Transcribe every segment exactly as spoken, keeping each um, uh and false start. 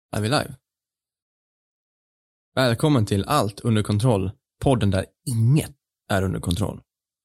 Är vi live? Välkommen till Allt under kontroll. Podden där inget är under kontroll.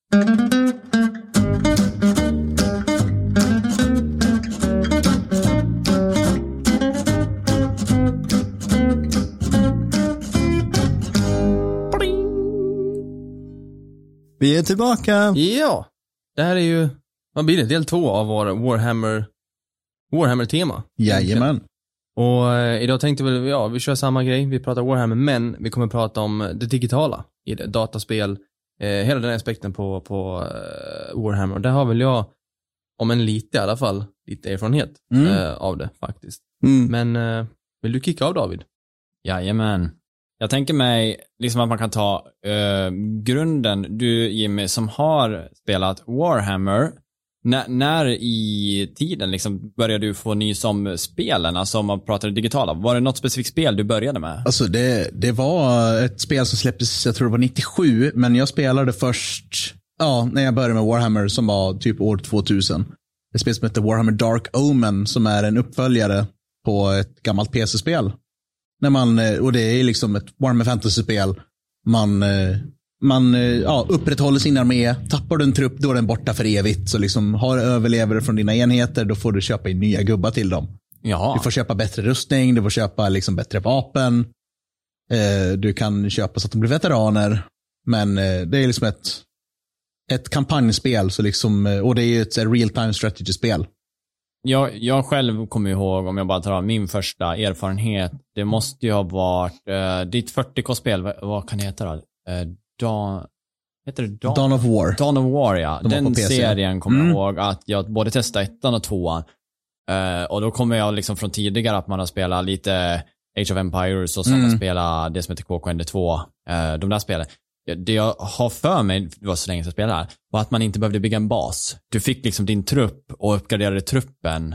Vi är tillbaka. Ja, det här är ju, vad blir det? Del två av vår Warhammer Warhammer-tema. Jajamän. Och eh, idag tänkte vi, ja, vi kör samma grej. Vi pratar Warhammer, men vi kommer prata om det digitala i det, dataspel, eh, hela den aspekten på, på eh, Warhammer. Och där har väl jag, om en lite i alla fall, lite erfarenhet mm. eh, av det faktiskt. Mm. Men eh, vill du kicka av, David? Jajamän. Jag tänker mig liksom att man kan ta eh, grunden, du Jimmy som har spelat Warhammer. N- när i tiden liksom började du få ny som spelen, alltså om man pratar digitala? Var det något specifikt spel du började med? Alltså det, det var ett spel som släpptes, jag tror det var nittiosju, men jag spelade först, ja, när jag började med Warhammer som var typ år tvåtusen. Ett spel som heter Warhammer Dark Omen som är en uppföljare på ett gammalt P C-spel. När man, och det är liksom ett Warhammer Fantasy-spel. Man... Man ja, upprätthåller sin armé, tappar du en trupp då är den borta för evigt. Så liksom har överlevare från dina enheter, då får du köpa in nya gubbar till dem. Jaha. Du får köpa bättre rustning, du får köpa liksom bättre vapen. Eh, du kan köpa så att de blir veteraner. Men eh, det är liksom ett, ett kampanjspel. Så liksom, och det är ju ett real-time strategy-spel. Jag, jag själv kommer ihåg, om jag bara tar min första erfarenhet. Det måste ju ha varit eh, ditt fyrtio K-spel, vad, vad kan det heta då? Eh, Dawn, heter det Dawn? Dawn of War. Dawn of War, ja. De Den serien kommer mm. jag ihåg att jag både testade ettan och tvåan. Uh, och då kommer jag liksom från tidigare att man har spelat lite Age of Empires och så mm. har man spelat det som heter K K N D två. Uh, de där spelen. Det jag har för mig, det var så länge sedan jag spelade här, var att man inte behövde bygga en bas. Du fick liksom din trupp och uppgraderade truppen.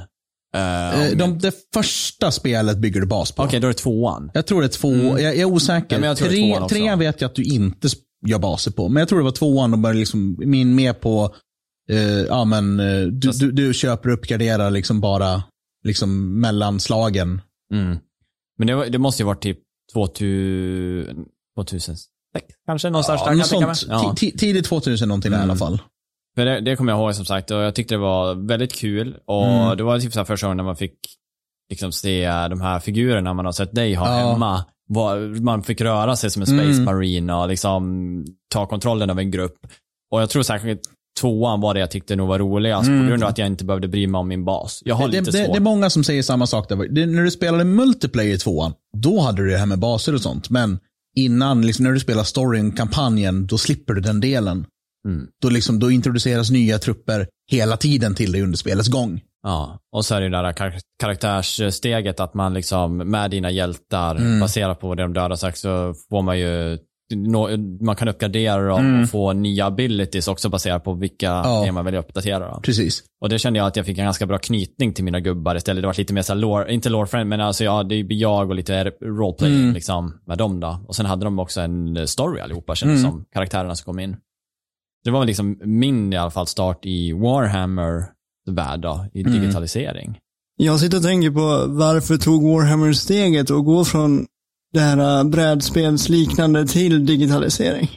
Uh, de, det första spelet bygger du bas på. Okej, okay, då är det tvåan. Jag tror det är två. Mm. Jag, jag är osäker. Ja, jag tror tre, det är tvåan tre vet jag att du inte gör baser på. Men jag tror det var tvåan och började liksom min med på uh, ja men uh, du, du, du köper och uppgraderar liksom bara liksom mellanslagen. Mm. Men det, det måste ju vara typ tvåtusen, tvåtusensex kanske någonstans ja, där något kan sånt, ja. t- tidigt tvåtusen någonting mm. i alla fall. För det, det kommer jag ihåg som sagt och jag tyckte det var väldigt kul och mm. det var typ så här första gången när man fick liksom se de här figurerna man har sett dig ha ja. hemma. Var, man fick röra sig som en Space mm. Marine och liksom ta kontrollen av en grupp. Och jag tror säkert tvåan var det jag tyckte nog var roligast mm. på grund av att jag inte behövde bry mig om min bas. Jag har det, lite det, svårt. Det är många som säger samma sak där. Det, när du spelade multiplayer i tvåan, då hade du det här med baser och sånt. Men innan, liksom, när du spelar storyn, kampanjen, då slipper du den delen. Mm. Då, liksom, då introduceras nya trupper hela tiden till dig under spelets gång. Ja, och så är det det där karaktärssteget att man liksom med dina hjältar mm. baserat på det de dödar sagt så får man ju man kan uppgradera dem mm. och få nya abilities också baserat på vilka ja. man vill uppdatera dem. Precis. Och det kände jag att jag fick en ganska bra knytning till mina gubbar istället. Det var lite mer så här lore, inte lore friend, men alltså ja, det är jag och lite roleplay mm. liksom med dem då. Och sen hade de också en story allihopa kändes mm. som karaktärerna som kom in. Det var väl liksom min i alla fall start i Warhammer värld då, i digitalisering. Mm. Jag sitter och tänker på varför tog Warhammer steget och gå från det här brädspelsliknande till digitalisering?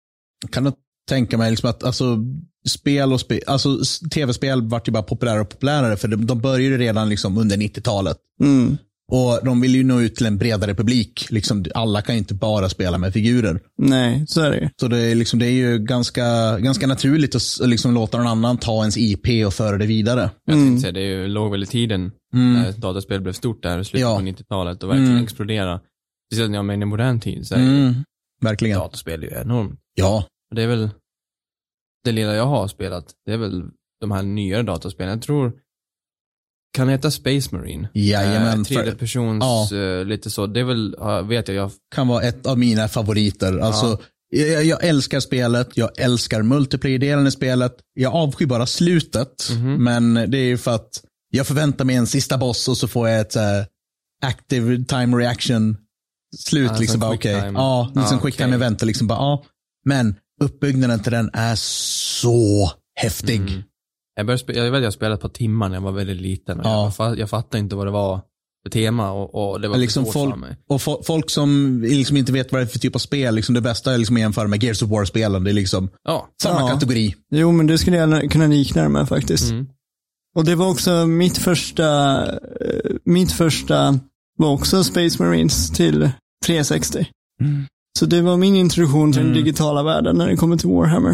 Kan du tänka mig liksom att alltså, spel och spel, alltså tv-spel vart ju bara populärare och populärare för de, de började redan liksom under nittiotalet. Mm. Och de vill ju nå ut till en bredare publik. Liksom, alla kan ju inte bara spela med figurer. Nej, så är det ju. Så det är, liksom, det är ju ganska, ganska naturligt att liksom låta någon annan ta ens I P och föra det vidare. Jag tänkte säga, det är ju låg väl i tiden mm. när dataspel blev stort där i slutet ja. på nittiotalet och verkligen mm. exploderade. Speciellt när jag menar i modern tid så är mm. verkligen. Dataspel är ju enormt. Ja. Det är väl det lilla jag har spelat, det är väl de här nyare dataspelen. Jag tror kan heta Space Marine. Jajamän. Eh, tredje persons, ja. eh, lite så. Det är väl, uh, vet jag, jag... Kan vara ett av mina favoriter. Alltså, ja. jag, jag älskar spelet. Jag älskar multiplayer-delen i spelet. Jag avskyr bara slutet. Mm-hmm. Men det är ju för att jag förväntar mig en sista boss och så får jag ett uh, active time reaction slut. Ja, liksom bara okej. Okay. Ja, liksom ah, quick time okay. event. Liksom bara, ja. Men uppbyggnaden till den är så häftig. Mm. Jag, började spe- jag vet att jag spelade på timmar när jag var väldigt liten. Och ja. jag, jag fattade inte vad det var tema och, och det var liksom svårt folk, för mig. Och fo- folk som liksom inte vet vad det är för typ av spel, liksom det bästa är liksom att jämföra med Gears of War-spelen. Det är liksom ja. samma Ja. kategori. Jo, men det skulle jag kunna likna det med faktiskt. Mm. Och det var också mitt första, eh, mitt första var också Space Marines till trehundrasextio. Mm. Så det var min introduktion till Mm. den digitala världen när det kommer till Warhammer.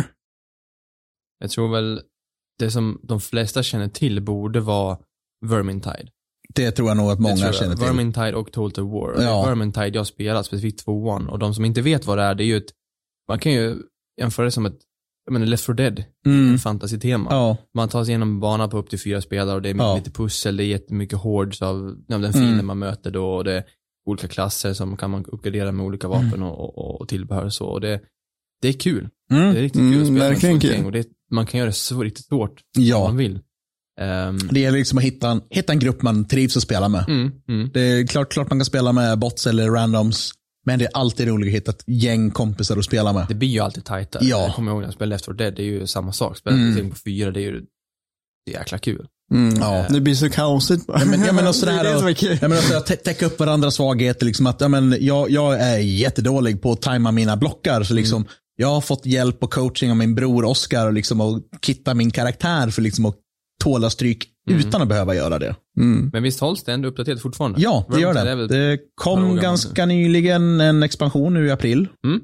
Jag tror väl det som de flesta känner till borde vara Vermintide. Det tror jag nog att Det många tror jag. känner till. Vermintide och Total War. Ja. Det är Vermintide jag spelar specifikt tvåan. Och de som inte vet vad det är, det är ju ett, man kan ju jämföra det som ett, jag menar Left four Dead, Mm. en fantasy-tema. Ja. Man tar sig igenom en bana på upp till fyra spelare och det är Ja. lite pussel, det är jättemycket hordes av ja, den fienden man möter då och det är olika klasser som kan man uppgradera med olika vapen och, och, och tillbehör och så. Och det, det är kul. Mm. Det är riktigt Mm, kul att spela med verkligen sånt kul. gäng och det, man kan göra det så riktigt svårt Ja. om man vill. Um, Det gäller liksom att hitta en, hitta en grupp man trivs att spela med. mm, mm. Det är klart, klart man kan spela med bots eller randoms. Men det är alltid roligt att hitta ett gäng kompisar att spela med. Det blir ju alltid tajtare. Ja. Jag kommer ihåg när jag spelade Left four Dead, det är ju samma sak. Spela Mm. på fyra, det är ju det är jäkla kul. Mm. Ja. Det blir så kaosigt bara. Ja, men, ja, men också det det är här det som är att, kul. ja, men också att tä- täcka upp varandras svagheter. Liksom att, ja, men, jag, jag är jättedålig på att tajma mina blockar. Så liksom, jag har fått hjälp och coaching av min bror Oscar och liksom, att kitta min karaktär för liksom, att tåla stryk Mm. utan att behöva göra det. Mm. Men visst hålls det ändå uppdaterat fortfarande? Ja, det gör Vermintide är det. väl- Det kom några år ganska nyligen en expansion nu i april. Mm.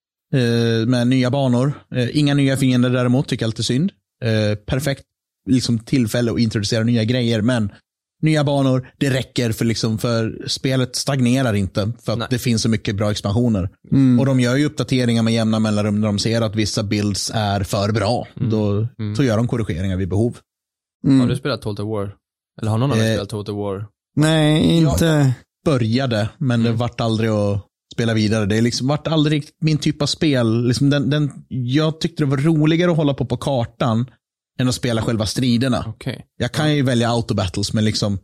Eh, med nya banor. Eh, inga nya fiender däremot, tycker jag alltid synd. Eh, perfekt liksom, tillfälle att introducera nya grejer, men nya banor, det räcker för, liksom, för spelet stagnerar inte för att Nej. det finns så mycket bra expansioner. Mm. Och de gör ju uppdateringar med jämna mellanrum när de ser att vissa builds är för bra. Då Mm. så gör de korrigeringar vid behov. Mm. Har du spelat Total War? Eller har någon av er Eh, spelat Total War? Nej, inte. Började, men det vart aldrig att spela vidare. Det är liksom vart aldrig min typ av spel. Liksom den, den, jag tyckte det var roligare att hålla på på kartan än att spela själva striderna. Okej. Jag kan ju välja autobattles, men liksom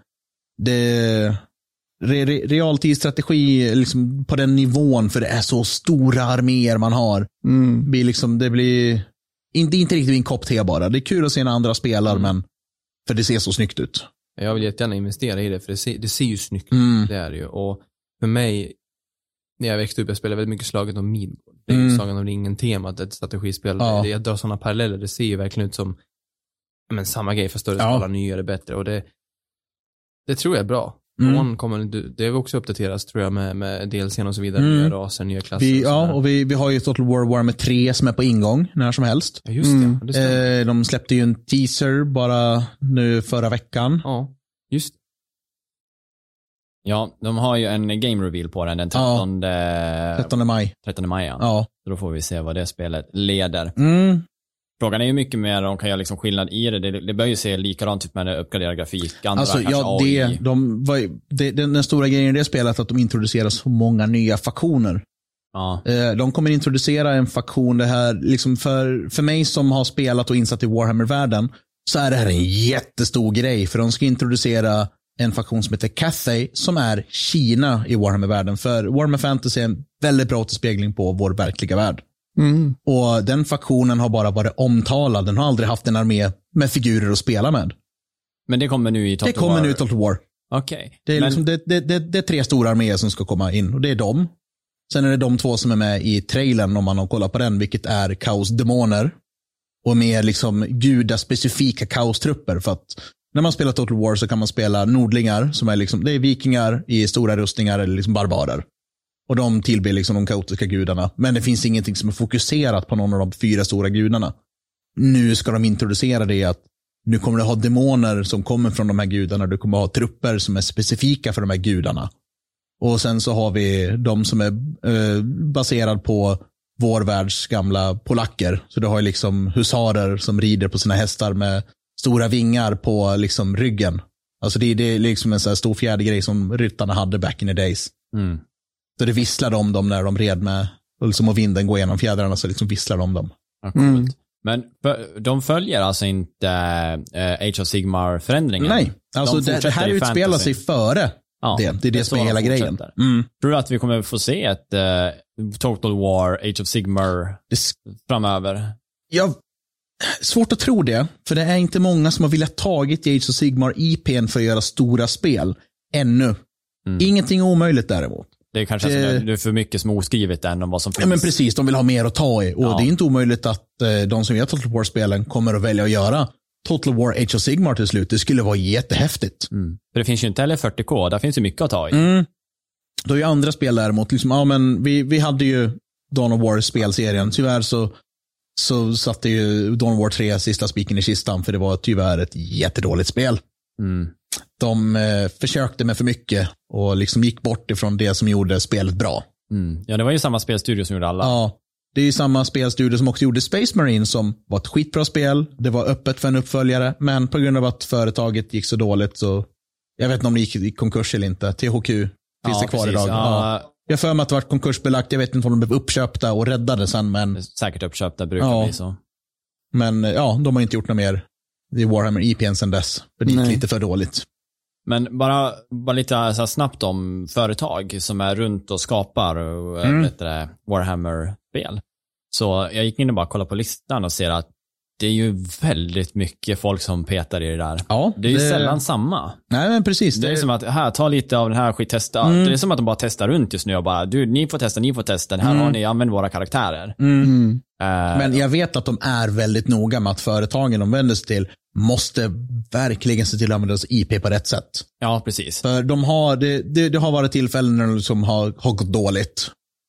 det re, re, realtidsstrategi liksom på den nivån, för det är så stora arméer man har. Mm. Blir liksom, det blir inte, inte riktigt min kopp te bara. Det är kul att se när andra spelar, Mm. men för det ser så snyggt ut. Jag vill jättegärna investera i det, för det ser, det ser ju snyggt ut. Mm. Det är det ju. Och för mig, när jag växte upp, jag spelade väldigt mycket Slaget om Midgård. Det är ju Mm. Sagan om ringen-temat, ett strategispel. Ja. Det, jag drar sådana paralleller, det ser ju verkligen ut som men, samma grej för större Ja. skala, nyare, bättre. Och det, det tror jag är bra. Mm. One kommer, det har också uppdateras tror jag med, med D L C och så vidare, Mm. nya raser, nya klasser. Vi, och ja, sådär. och vi, vi har ju Total War Warhammer tre som är på ingång när som helst. Ja, just Mm. det. det stämmer. Eh, de släppte ju en teaser bara nu förra veckan. Ja, just det. Ja, de har ju en game reveal på den den trettonde, trettonde maj. trettonde maj. Ja. Ja. Så då får vi se vad det spelet leder. Mm. Frågan är ju mycket mer om de kan göra liksom skillnad i det. Det, det bör ju se likadant ut med det uppgraderad grafik. Andra Alltså, kanske ja, A I. det, de, var, ju- det, den, den stora grejen i det spelet är att de introducerar så många nya faktioner. Ja. Eh, de kommer introducera en faktion, det här, liksom för, för mig som har spelat och insatt i Warhammer-världen, så är det här en jättestor grej. För de ska introducera en faktion som heter Cathay, som är Kina i Warhammer-världen. För Warhammer Fantasy är en väldigt bra återspegling på vår verkliga värld. Mm. Och den faktionen har bara varit omtalad. Den har aldrig haft en armé med figurer att spela med. Men det kommer nu i Total Det kommer War. nu i Total War. Okej. Det är, Men- liksom, det, det, det, det är tre stora arméer som ska komma in. Och det är de. Sen är det de två som är med i trailern, om man har kollat på den, vilket är kaosdemoner. Och mer liksom gudaspecifika kaostrupper. För att när man spelar Total War så kan man spela nordlingar, som är liksom, det är vikingar i stora rustningar eller liksom barbarer. Och de tillber liksom de kaotiska gudarna. Men det finns ingenting som är fokuserat på någon av de fyra stora gudarna. Nu ska de introducera det att nu kommer du ha demoner som kommer från de här gudarna. Du kommer ha trupper som är specifika för de här gudarna. Och sen så har vi de som är eh, baserad på vår världs gamla polacker. Så du har ju liksom husarer som rider på sina hästar med stora vingar på liksom ryggen. Alltså det, det är liksom en så här stor fjädergrej som ryttarna hade back in the days. Mm. Så det visslade om dem när de red med, och liksom och vinden går igenom fjädrarna, så liksom visslar de om dem. Ja, coolt. Mm. Men för, de följer alltså inte äh, Age of Sigmar-förändringen? Nej, alltså De det, det fortsätter här i utspelar fantasy. sig före Ja, det. Det är det, är som är så hela de grejen. fortsätter. Mm. Tror du att vi kommer få se ett äh, Total War, Age of Sigmar Det, s- framöver? jag, svårt att tro det, för det är inte många som har velat tagit i Age of Sigmar I P:n för att göra stora spel. ännu. Mm. Ingenting omöjligt däremot. Det är kanske det, det är för mycket som är oskrivet än om vad som finns. Ja, men precis, de vill ha mer att ta i. Och ja. Det är inte omöjligt att eh, de som gör Total War-spelen kommer att välja att göra Total War Age of Sigmar till slut. Det skulle vara jättehäftigt. Mm. För det finns ju inte heller fyrtio K, där finns ju mycket att ta i. Mm. Då är ju andra spel däremot. Liksom, ja, men vi, vi hade ju Dawn of War-spelserien. Tyvärr så, så satte ju Dawn of War tre sista spiken i kistan, för det var tyvärr ett jättedåligt spel. Mm. De eh, försökte med för mycket och liksom gick bort ifrån det som gjorde spelet bra. Mm. Ja, det var ju samma spelstudio som gjorde alla. Ja, det är ju samma spelstudio som också gjorde Space Marine, som var ett skitbra spel. Det var öppet för en uppföljare, men på grund av att företaget gick så dåligt så, jag vet inte om det gick i konkurs eller inte. T H Q finns ja, det kvar precis. idag. Ja. Ja. Jag för mig att det var konkursbelagt. Jag vet inte om de blev uppköpta och räddade sen, men säkert uppköpta brukar ja. bli så. Men ja, de har inte gjort något mer i Warhammer I P sen dess, för det gick lite för dåligt. Men bara, bara lite så här snabbt om företag som är runt och skapar mm. vet det, Warhammer-spel. Så jag gick in och bara kollade på listan och ser att det är ju väldigt mycket folk som petar i det där. Ja, det är ju det... sällan samma. Nej, men precis. Det är det... som att, här, ta lite av den här skit, testa. Mm. Det är som att de bara testar runt just nu och bara, du, ni får testa, ni får testa. Här mm. har ni, använt våra karaktärer. Mm. Uh, men jag vet att de är väldigt noga med att företagen de vänder sig till måste verkligen se till att använda I P på rätt sätt. Ja, precis. För de har, det, det, det har varit tillfällen när de liksom har, har gått dåligt.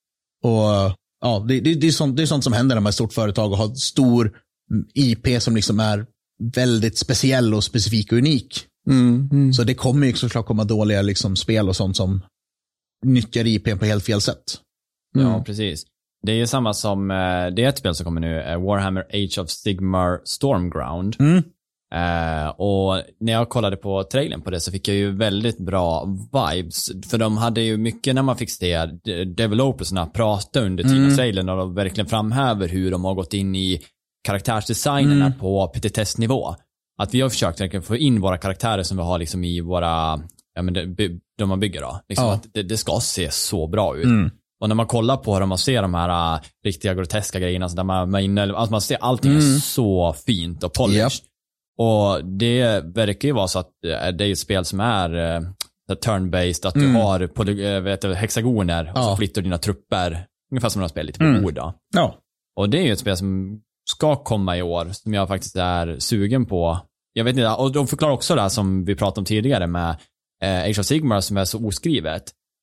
Och ja, det, det, det, är sånt, det är sånt som händer när man är ett stort företag och har stor I P som liksom är väldigt speciell och specifik och unik. Mm, mm. Så det kommer ju såklart komma dåliga liksom spel och sånt som nyttjar I P på helt fel sätt. Mm. Ja, precis. Det är ju samma som, det är ett spel som kommer nu, Warhammer Age of Sigmar Stormground. Mm. Uh, och när jag kollade på trailern på det så fick jag ju väldigt bra vibes. För de hade ju mycket när man fick se developersna prata under tiden mm. trailern och de verkligen framhäver hur de har gått in i karaktärsdesignerna mm. på petitessnivå. Att vi har försökt verkligen få in våra karaktärer som vi har liksom i våra, ja men det, de man bygger då. Liksom ja. att det, det ska se så bra ut. Mm. Och när man kollar på dem och ser de här uh, riktiga groteska grejerna så där man, man, inne, alltså man ser allting mm. är så fint och polished. Yep. Och det verkar ju vara så att det är ett spel som är uh, turn-based, att mm. du har poly- vet du, hexagoner och ja. så flyttar dina trupper ungefär som de spelar lite på mm. ord då. Ja. Och det är ju ett spel som ska komma i år som jag faktiskt är sugen på. Jag vet inte, och de förklarar också det här som vi pratade om tidigare med uh, Age of Sigmar som är så oskrivet.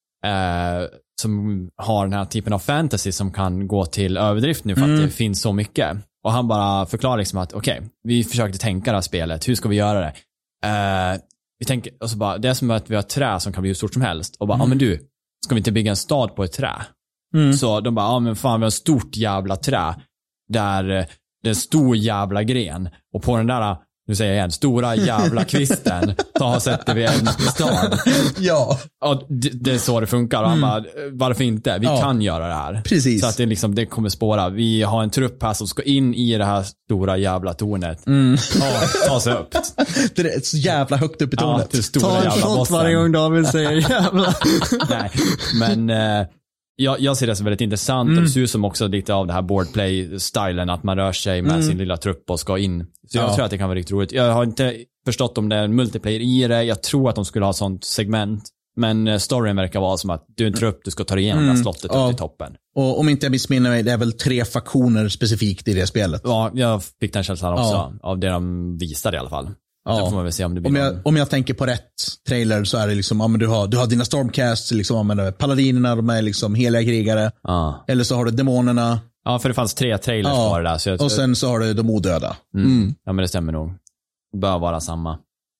Uh, som har den här typen av fantasy som kan gå till överdrift nu för mm. att det finns så mycket. Och han bara förklarar liksom att okej, okay, vi försökte tänka det här spelet, hur ska vi göra det? Uh, vi tänker, och så bara, det är som att vi har trä som kan bli hur stort som helst. Och bara, ja mm. ah, men du, ska vi inte bygga en stad på ett trä? Mm. Så de bara, ja ah, men fan vi har ett stort jävla trä. Där det är en stor jävla gren. Och på den där, nu säger jag igen, stora jävla kvisten så har sätter vi en stad. Ja. Och det, det är så det funkar. Och han bara, varför inte? Vi ja. kan göra det här. Precis. Så att det, liksom, det kommer spåra. Vi har en trupp här som ska in i det här stora jävla tornet. Mm. Och ta sig upp. Det är så jävla högt upp i tornet. Ja, stora ta en shot varje gång David säger jävla. Nej, men eh, jag, jag ser det som väldigt intressant. Mm. Och det ser ut som också lite av det här boardplay-stylen. Att man rör sig med mm. sin lilla trupp och ska in. Så jag ja. tror att det kan vara riktigt roligt. Jag har inte förstått om det är en multiplayer i det. Jag tror att de skulle ha sånt segment. Men storyn verkar vara som att du är en trupp, du ska ta dig igenom mm. det här slottet ja. upp till toppen. Och om inte jag missminner mig, det är väl tre faktioner specifikt i det spelet. Ja, jag fick den känslan också. Ja. Av det de visade i alla fall. Ja. Sen får man väl se om det blir om jag, om jag tänker på rätt trailer så är det liksom, ja, men du, har, du har dina stormcasts, liksom, ja, men paladinerna, de är liksom heliga krigare. Ja. Eller så har du demonerna. Ja, för det fanns tre trailers ja. på det där. Så jag, och sen så har du de odöda. Mm. Mm. Ja, men det stämmer nog. Det bör vara samma.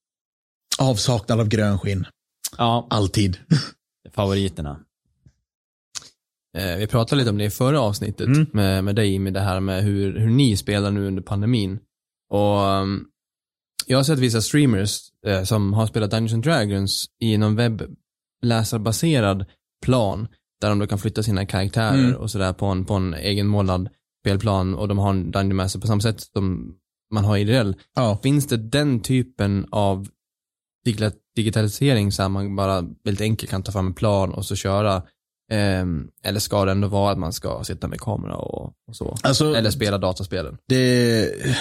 Avsaknad av grönskinn. Ja. Alltid. Favoriterna. Eh, vi pratade lite om det i förra avsnittet mm. med, med dig, med det här med hur, hur ni spelar nu under pandemin. Och um, jag har sett vissa streamers eh, som har spelat Dungeons and Dragons i någon webbläsarbaserad plan där de då kan flytta sina karaktärer mm. och sådär på en, på en egenmålad spelplan, och de har en Dungeon Master på samma sätt som man har i I R L. Ja. Finns det den typen av digitalisering så man bara väldigt enkelt kan ta fram en plan och så köra, eh, eller ska det ändå vara att man ska sitta med kamera och, och så, alltså, eller spela dataspelen? Det,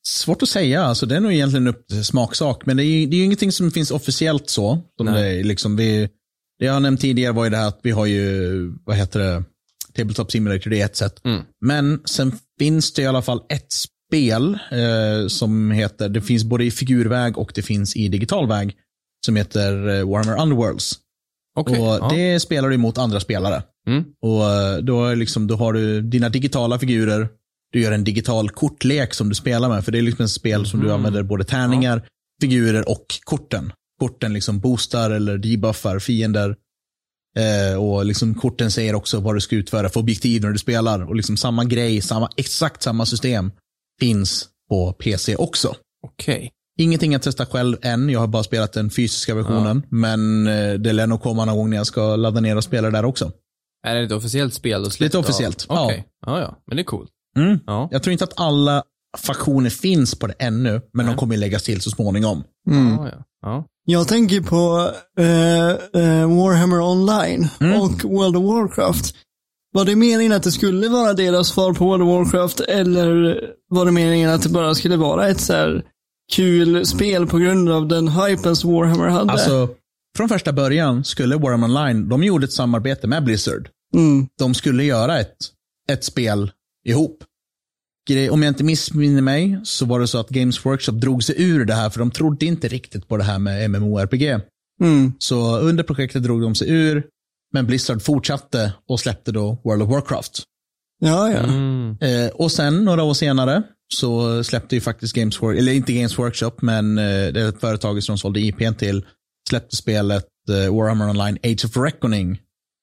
Svårt att säga, alltså det är nog egentligen upp till smaksak, men det är ju, det är ju ingenting som finns officiellt så. Som det, är, liksom, vi, det jag har nämnt tidigare var ju det här att vi har ju, vad heter det, Tabletop Simulator, det är ett sätt. Mm. Men sen finns det i alla fall ett spel eh, som heter, det finns både i figurväg och det finns i digital väg, som heter eh, Warhammer Underworlds. Okay, och ja. Det spelar du mot andra spelare. Mm. Och då, liksom, då har du dina digitala figurer. Du gör en digital kortlek som du spelar med. För det är liksom ett spel som mm. du använder både tärningar, ja. figurer och korten. Korten liksom boostar eller debuffar fiender. Eh, och liksom korten säger också vad du ska utföra för objektiv när du spelar. Och liksom samma grej, samma, exakt samma system finns på P C också. Okej. Okay. Ingenting att testa själv än. Jag har bara spelat den fysiska versionen. Ja. Men det lär nog komma någon gång när jag ska ladda ner och spela där också. Är det ett officiellt spel? Och lite officiellt, Okej, okay. ja. ja, ja. Men det är coolt. Mm. Ja. Jag tror inte att alla faktioner finns på det ännu, men Nej. de kommer läggas till så småningom. Mm. Ja, ja. Ja. Jag tänker på uh, uh, Warhammer Online mm. och World of Warcraft. Var det meningen att det skulle vara deras svar på World of Warcraft, eller var det meningen att det bara skulle vara ett så här kul spel på grund av den hypen som Warhammer hade? Alltså, från första början skulle Warhammer Online, de gjorde ett samarbete med Blizzard. Mm. De skulle göra ett, ett spel ihop. Om jag inte missminner mig så var det så att Games Workshop drog sig ur det här, för de trodde inte riktigt på det här med MMORPG. Mm. Så under projektet drog de sig ur, men Blizzard fortsatte och släppte då World of Warcraft. Ja, ja. Mm. Eh, och sen några år senare så släppte ju faktiskt Games Workshop, eller inte Games Workshop, men eh, det är ett företag som de sålde I P:n till, släppte spelet eh, Warhammer Online Age of Reckoning.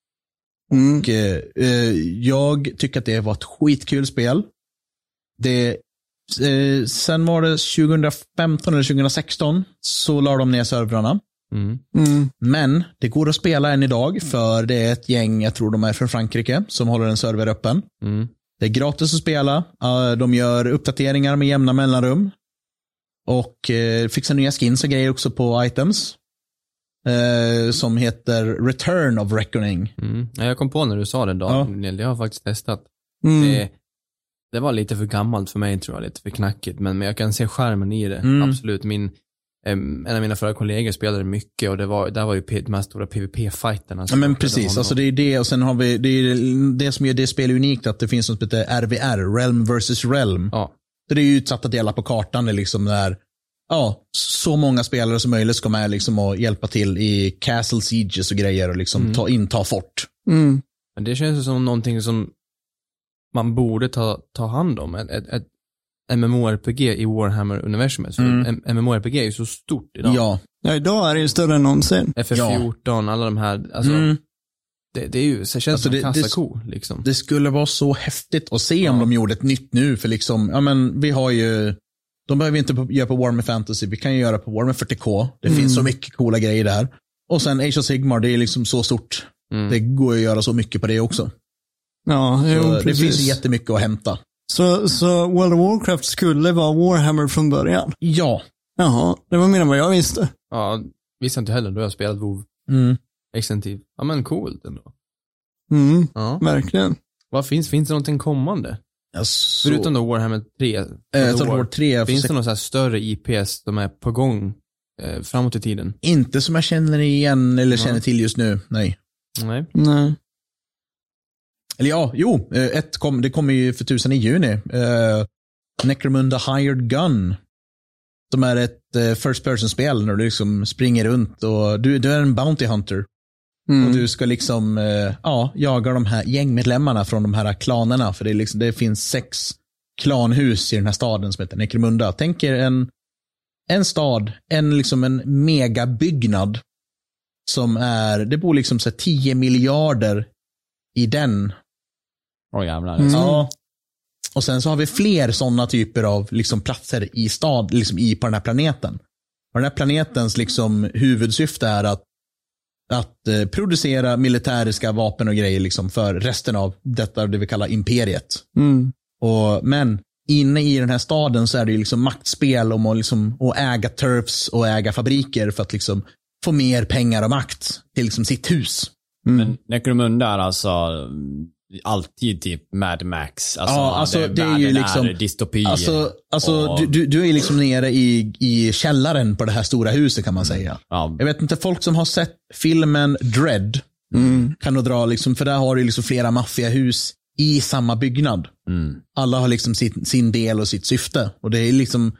Mm. Och eh, jag tycker att det var ett skitkul spel. Det, eh, sen var det tjugofemton eller tjugosexton så la de ner servrarna. Mm. Mm. Men det går att spela än idag, för det är ett gäng, jag tror de är från Frankrike, som håller en server öppen. Mm. Det är gratis att spela. De gör uppdateringar med jämna mellanrum. Och eh, fixar nya skins och grejer också på items. Eh, som heter Return of Reckoning. Mm. Jag kom på när du sa det då. Ja. Det har jag faktiskt testat. Mm. Det, det var lite för gammalt för mig, tror jag. Lite för knackigt. Men, men jag kan se skärmen i det. Mm. Absolut. Min, en av mina förra kollegor spelade mycket. Och det var, där var ju de här stora PvP-fighterna. Ja, men precis. Alltså det är det. Och sen har vi, det är det som gör det spelet unikt. Att det finns något som heter R V R. Realm versus Realm. Ja. Så det är ju utsatta delar på kartan. Det är liksom där, ja, så många spelare som möjligt ska med liksom och hjälpa till i Castle Sieges och grejer. Och liksom mm. ta, inta fort. Mm. Men det känns som någonting som man borde ta, ta hand om. Ett, ett, ett MMORPG i Warhammer-universumet. För mm. MMORPG är ju så stort idag. Ja. Ja, idag är det ju större än någonsin. F F fjorton, ja. Alla de här. Alltså, mm. det, det är ju, det känns alltså som en kassako. Liksom. Det skulle vara så häftigt att se ja. om de gjorde ett nytt nu. För liksom, ja men vi har ju, de behöver inte göra på Warhammer Fantasy. Vi kan ju göra på Warhammer fyrtio K. Det mm. finns så mycket coola grejer där. Och sen Age of Sigmar, det är liksom så stort. Mm. Det går ju att göra så mycket på det också. Ja, jo, det precis. finns jättemycket att hämta. Så, så World of Warcraft skulle vara Warhammer från början? Ja. Jaha, det var mer än vad jag visste. Ja, visste inte heller. Du har spelat WoW. Mm. Extensiv. Ja, men coolt ändå. Mm, ja. Verkligen. Vad finns? Finns det någonting kommande? Ja, så... Förutom då Warhammer tre. Äh, War. War tre finns det några så här större I Ps som är på gång eh, framåt i tiden? Inte som jag känner igen eller ja. känner till just nu. Nej. Nej. Nej. Eller ja, jo, ett kom, det kommer ju för tusen i juni. Uh, Necromunda Hired Gun. Som är ett uh, first person-spel när du liksom springer runt och du, du är en bounty hunter. Mm. Och du ska liksom uh, ja, jaga de här gängmedlemmarna från de här klanerna. För det, är liksom, det finns sex klanhus i den här staden som heter Necromunda. Tänk er en, en stad, en, liksom en megabyggnad som är, det bor liksom så här tio miljarder i den. Åh jävlar. Mm. Ja. Och sen så har vi fler sådana typer av liksom platser i stad, liksom i på den här planeten. Och den här planetens liksom huvudsyfte är att, att eh, producera militäriska vapen och grejer liksom för resten av detta, det vi kallar imperiet. Mm. Och, men inne i den här staden så är det ju liksom maktspel om att, liksom, att äga turfs och äga fabriker för att liksom få mer pengar och makt till liksom sitt hus. Mm. Men Necromunda är alltså alltid typ Mad Max. Alltså, ja, alltså det, det är ju liksom är dystopi. Alltså, alltså och, du, du är liksom nere i, i källaren på det här stora huset kan man säga. Ja. Jag vet inte, folk som har sett filmen Dread mm. kan nog dra liksom, för där har du liksom flera maffiahus i samma byggnad. Mm. Alla har liksom sin, sin del och sitt syfte. Och det är liksom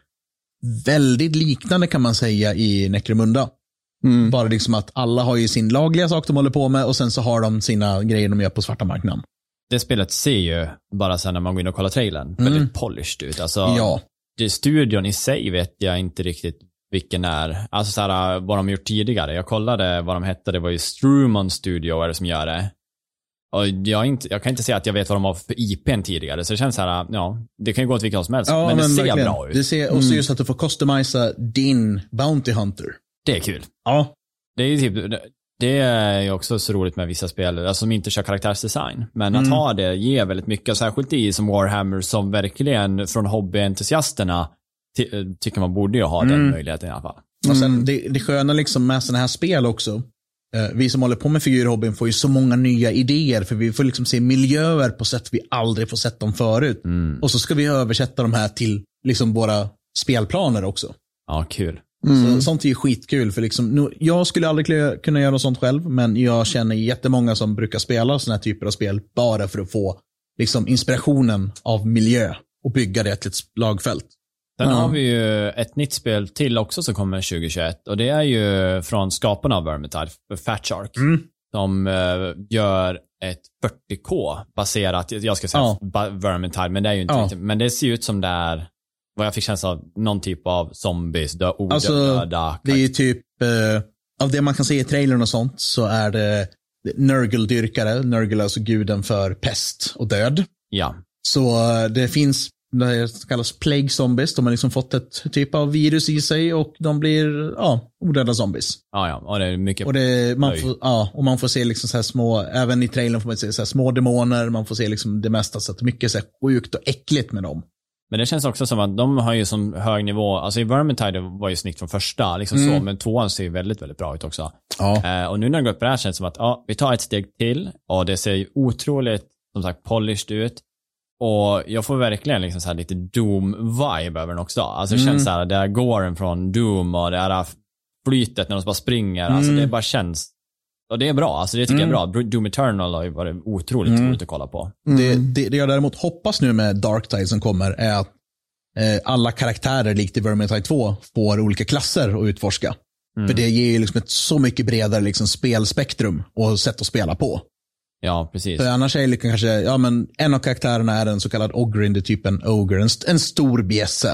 väldigt liknande kan man säga i Necromunda. Mm. Bara liksom att alla har ju sin lagliga sak de håller på med och sen så har de sina grejer de gör på svarta marknaden. Det spelet ser ju, bara sen när man går in och kollar trailern, Mm. väldigt polished ut. Alltså, Ja. det, studion i sig vet jag inte riktigt vilken är. Alltså så här, vad de gjort tidigare. Jag kollade vad de hette, det var ju Strumon Studio är det som gör det. Och jag, inte, jag kan inte säga att jag vet vad de har för I P:n tidigare. Så det känns så här, ja, det kan ju gå åt vilket håll som helst. Ja, men det men ser verkligen. bra ut. Det ser, och så just att du får customisa din Bounty Hunter. Det är kul. Ja. Det är ju typ, det är ju också så roligt med vissa spel alltså, som inte kör karaktärsdesign. Men att Mm. ha det ger väldigt mycket, särskilt i som Warhammer som verkligen från hobbyentusiasterna ty- tycker man borde ju ha Mm. den möjligheten i alla fall. Och sen det, det sköna liksom med sådana här spel också. Eh, vi som håller på med figurhobbyn får ju så många nya idéer för vi får liksom se miljöer på sätt vi aldrig får sett dem förut. Mm. Och så ska vi översätta de här till liksom våra spelplaner också. Ja, kul. Mm. Så, sånt är ju skitkul för liksom, nu, jag skulle aldrig kunna göra sånt själv men jag känner jättemånga som brukar spela såna här typer av spel bara för att få liksom inspirationen av miljö och bygga det till ett slagfält. Sen Ja. har vi ju ett nytt spel till också som kommer tjugohundratjugoett och det är ju från skaparna av Vermintide, Fat Shark. Mm. De uh, gör ett fyrtio K baserat, jag ska säga Ja. ba- Vermintide, men det är ju inte Ja. riktigt, men det ser ut som det är vad jag fick känsla av någon typ av zombies, dö, odöda. Alltså, det är ju typ, eh, av det man kan se i trailern och sånt så är det Nurgle-dyrkare, Nurgle är alltså guden för pest och död. Ja. Så eh, det finns, det kallas plague zombies, de har liksom fått ett typ av virus i sig och de blir, ja, odöda zombies. Ja, ja, och det är mycket. Och, det, man Oj. får, ja, och man får se liksom så här små, även i trailern får man se så här små demoner, man får se liksom det mesta, så att mycket så här sjukt och äckligt med dem. Men det känns också som att de har ju som hög nivå, alltså i Vermintide var ju snyggt från första, liksom Mm. så, men tvåan ser ju väldigt, väldigt bra ut också. Ja. Eh, och nu när det går upp på det här känns det som att, ja, vi tar ett steg till och det ser ju otroligt, som sagt, polished ut. Och jag får verkligen liksom så här lite Doom-vibe över den också. Alltså det Mm. känns så här, det är Goren från Doom och det är flytet när de bara springer, alltså Mm. det bara känns, och det är bra, alltså det tycker Mm. jag är bra. Doom Eternal har ju varit otroligt Mm. roligt att kolla på. Det, det, det jag däremot hoppas nu med Darktide som kommer är att eh, alla karaktärer likt i Vermintide två får olika klasser att utforska. Mm. För det ger ju liksom ett så mycket bredare liksom spelspektrum och sätt att spela på. Ja, precis. För annars är det liksom kanske, ja men en av karaktärerna är en så kallad Ogrin, det är typ en Ogre, en, st- en stor bjässe.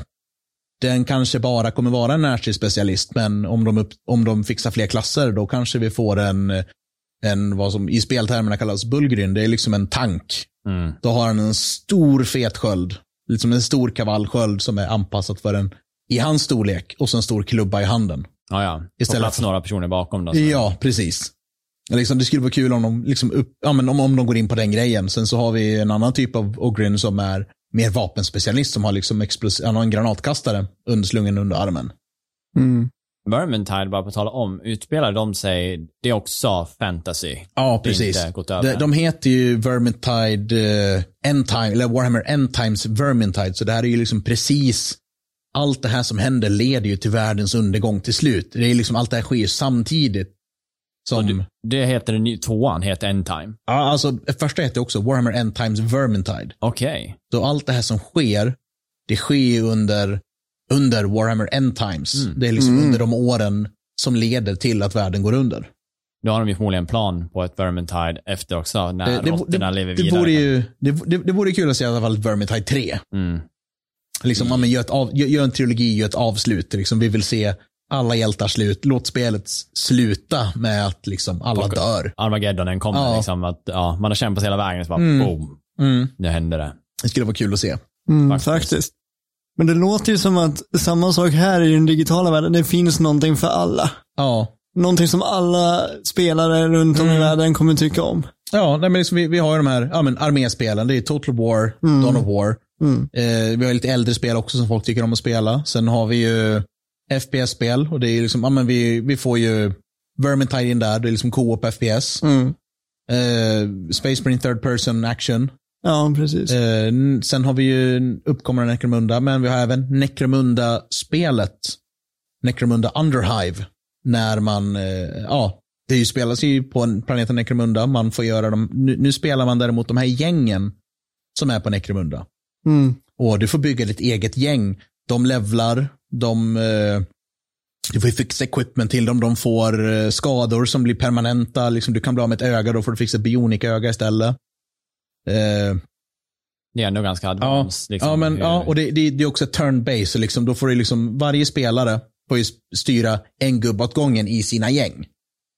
Den kanske bara kommer vara en närstridsspecialist, men om de, upp, om de fixar fler klasser då kanske vi får en, en vad som i speltermerna kallas Bulgrin, det är liksom en tank. Mm. Då har han en stor fet sköld, liksom en stor kavallsköld som är anpassad för en i hans storlek och så en stor klubba i handen. Ja, ja. På Istället plats för- några personer bakom då. så. Ja, precis. Liksom, det skulle vara kul om de, liksom upp, ja, men om, om de går in på den grejen. Sen så har vi en annan typ av Ogrin som är mer vapenspecialist som har liksom explos- han har en granatkastare underslungen under armen. Mm. Vermintide, bara på att tala om, utspelar de sig, det är också fantasy. Ja, Det är precis. inte gått över. De, de heter ju Vermintide uh, End Time, eller Warhammer End Times Vermintide. Så det här är ju liksom precis allt det här som händer leder ju till världens undergång till slut. Det är liksom allt det här sker samtidigt. Som, det, det heter den ny, tvåan, heter End Time. ja, alltså första heter också Warhammer End Times Vermintide. Okej. Så allt det här som sker, det sker ju under, under Warhammer End Times. Mm. Det är liksom Mm. under de åren som leder till att världen går under. Då har de ju förmodligen en plan på ett Vermintide efter också, när Det, det, råttorna det, lever det, vidare. vore ju, det, det, det vore kul att se i alla fall Vermintide tre. Mm. Liksom, ja, men gör, ett av, gör, gör en trilogi, gör ett avslut. Liksom, vi vill se alla hjältar slut. Låt spelet sluta med att liksom, alla Och- dör. Armageddonen kommer Ja. liksom, att ja, man har kämpat hela vägen och så bara Mm. boom, Mm. nu händer det. Det skulle vara kul att se. Mm, Faktiskt. faktiskt. Men det låter ju som att samma sak här i den digitala världen. Det finns någonting för alla. Ja, Någonting som alla spelare runt om i Mm. världen kommer tycka om. ja nej, men liksom, vi, vi har ju de här ja, men arméspelen. Det är Total War, Mm. Dawn of War. Mm. Eh, vi har lite äldre spel också som folk tycker om att spela. Sen har vi ju F P S-spel och det är liksom, ja men vi, vi får ju Vermintide in där, det är liksom co-op F P S. Mm. Eh, Space Marine Third Person Action. Ja, precis. Eh, sen har vi ju uppkommande Necromunda, men vi har även Necromunda-spelet. Necromunda Underhive. När man, eh, ja, det ju spelas ju på en planeten Necromunda. Man får göra dem, nu, nu spelar man däremot de här gängen som är på Necromunda. Mm. Och du får bygga ditt eget gäng. De levlar, de eh, du får fixa equipment till dem, de får eh, skador som blir permanenta. Liksom, du kan bli av med ett öga, då får du fixa bionic-öga istället. Eh, det är ändå ganska advanced. Ja, liksom, ja, men, hur... ja och det, det, det är också turn-based. Liksom, då får du liksom, varje spelare får ju styra en gubbe åt gången i sina gäng.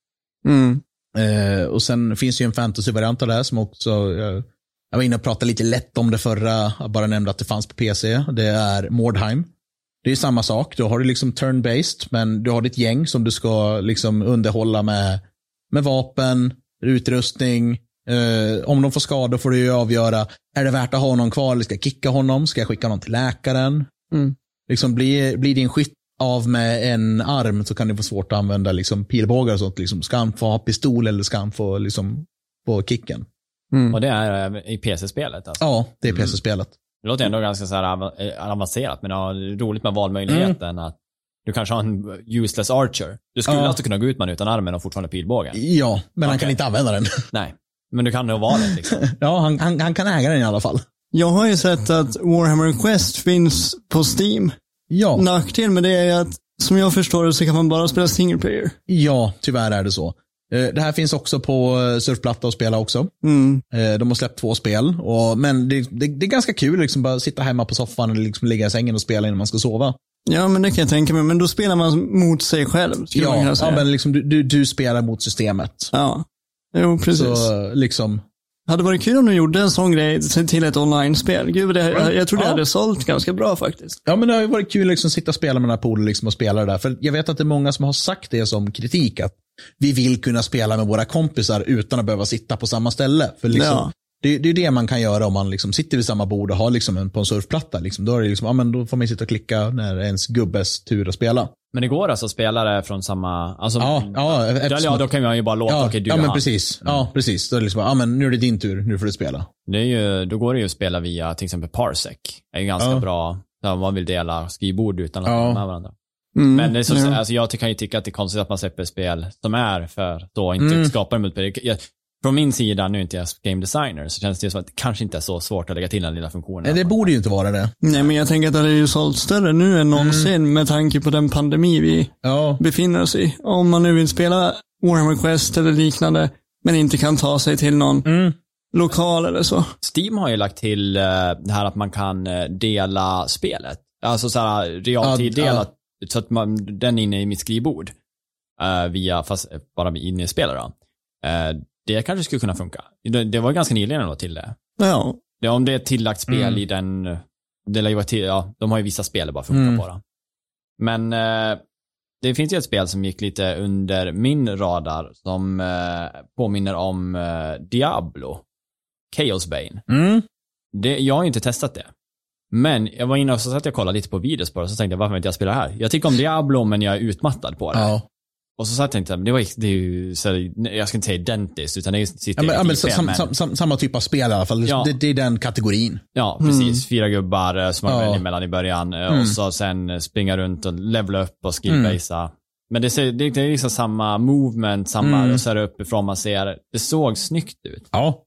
Mm. Eh, och sen finns ju en fantasy-variant av det här som också, eh, jag var inne och pratade lite lätt om det förra, jag bara nämnde att det fanns på P C. Det är Mordheim. Det är samma sak, då har du liksom turn-based, men du har ditt gäng som du ska liksom underhålla med, med vapen, utrustning. Eh, om de får skador får du ju avgöra, är det värt att ha honom kvar eller ska jag kicka honom? Ska jag skicka honom till läkaren? Mm. Liksom blir, blir din skytt av med en arm så kan det få svårt att använda liksom pilbågar och sånt. Liksom, ska han få ha pistol eller ska han få liksom, få kicken? Mm. Och det är i P C-spelet alltså? Ja, det är P C-spelet. Det låter ändå ganska så här avancerat, men det är roligt med valmöjligheten mm. att du kanske har en useless archer. Du skulle ja. alltså kunna gå ut man utan armen och fortfarande pilbågen. Ja, men okay. han kan inte använda den. Nej, men du kan nog vara det liksom. Ja, han, han, han kan äga den i alla fall. Jag har ju sett att Warhammer Quest finns på Steam. Ja. Nackdel med det är att, som jag förstår det, så kan man bara spela single player. Ja, tyvärr är det så. Det här finns också på surfplatta och spela också. Mm. De har släppt två spel. Och, men det, det, det är ganska kul liksom bara sitta hemma på soffan eller liksom ligga i sängen och spela innan man ska sova. Ja, men det kan jag tänka mig. Men då spelar man mot sig själv. Ja, man kunna säga. Ja, men liksom, du, du, du spelar mot systemet. Ja, jo, precis. Så liksom... Hade varit kul om du gjorde en sån grej till ett online-spel. Gud, det, jag, jag tror det ja. hade sålt ganska bra faktiskt. Ja, men det har ju varit kul liksom sitta och spela med den här poolen liksom och spela det där. För jag vet att det är många som har sagt det som kritik, att vi vill kunna spela med våra kompisar utan att behöva sitta på samma ställe. För liksom, ja. det, det är det man kan göra om man liksom sitter vid samma bord och har liksom en, på en surfplatta. Liksom. Då, är det liksom, ja, men då får man sitta och klicka när ens gubbes tur att spela. Men det går alltså att spela det från samma... Alltså, ja, ja, ja, ja, då kan man ju bara låta, ja, okej, du ja, men han. precis. Mm. Ja, precis. Då är det liksom, ja, men nu är det din tur, nu får du spela. Det är ju, då går det ju att spela via till exempel Parsec. Det är ju ganska ja. bra där man vill dela skrivbord utan att ja. vara med varandra. Mm. Men det är så, ja. alltså, jag kan ju tycka att det är konstigt att man släpper spel som är för då inte mm. skapar multiplayer. Från min sida, nu är inte jag game designer, så känns det ju som att det kanske inte är så svårt att lägga till den lilla funktionen. Nej, det borde ju inte vara det. Nej, men jag tänker att det är ju sålt större nu än någonsin mm. med tanke på den pandemi vi ja. befinner oss i. Om man nu vill spela Warhammer Quest eller liknande, men inte kan ta sig till någon mm. lokal eller så. Steam har ju lagt till uh, det här att man kan uh, dela spelet. Alltså så här realtid ja, delat, ja. så att man, den är inne i mitt skrivbord uh, via, fast bara inne i spelare. Uh, Det kanske skulle kunna funka. Det, det var ganska nyligen då till det. Ja. det. Om det är ett tillagt spel mm. i den... Det lär ju vara till, ja, de har ju vissa spel bara funkar mm. på det. Men eh, det finns ju ett spel som gick lite under min radar som eh, påminner om eh, Diablo. Chaos Bane. Mm. Det, jag har ju inte testat det. Men jag var inne och så satt jag kollade lite på videos på det och så tänkte jag, varför inte jag spelar här? Jag tycker om Diablo, men jag är utmattad på det. Ja. Och så satt jag tänkte det var det är ju så jag ska inte säga identiskt utan det är sitter ja, men, ja, men, spel, sam, men... Sam, sam, samma typ av spel i alla fall. Ja. Det, det är den kategorin. Ja, precis. Mm. Fyra gubbar som man ja. väljer mellan i början mm. och så sen springa runt och levela upp och skillbasea. Mm. Men det, ser, det, det är liksom samma movement, samma mm. och så är det uppifrån man ser. Det såg snyggt ut. Ja.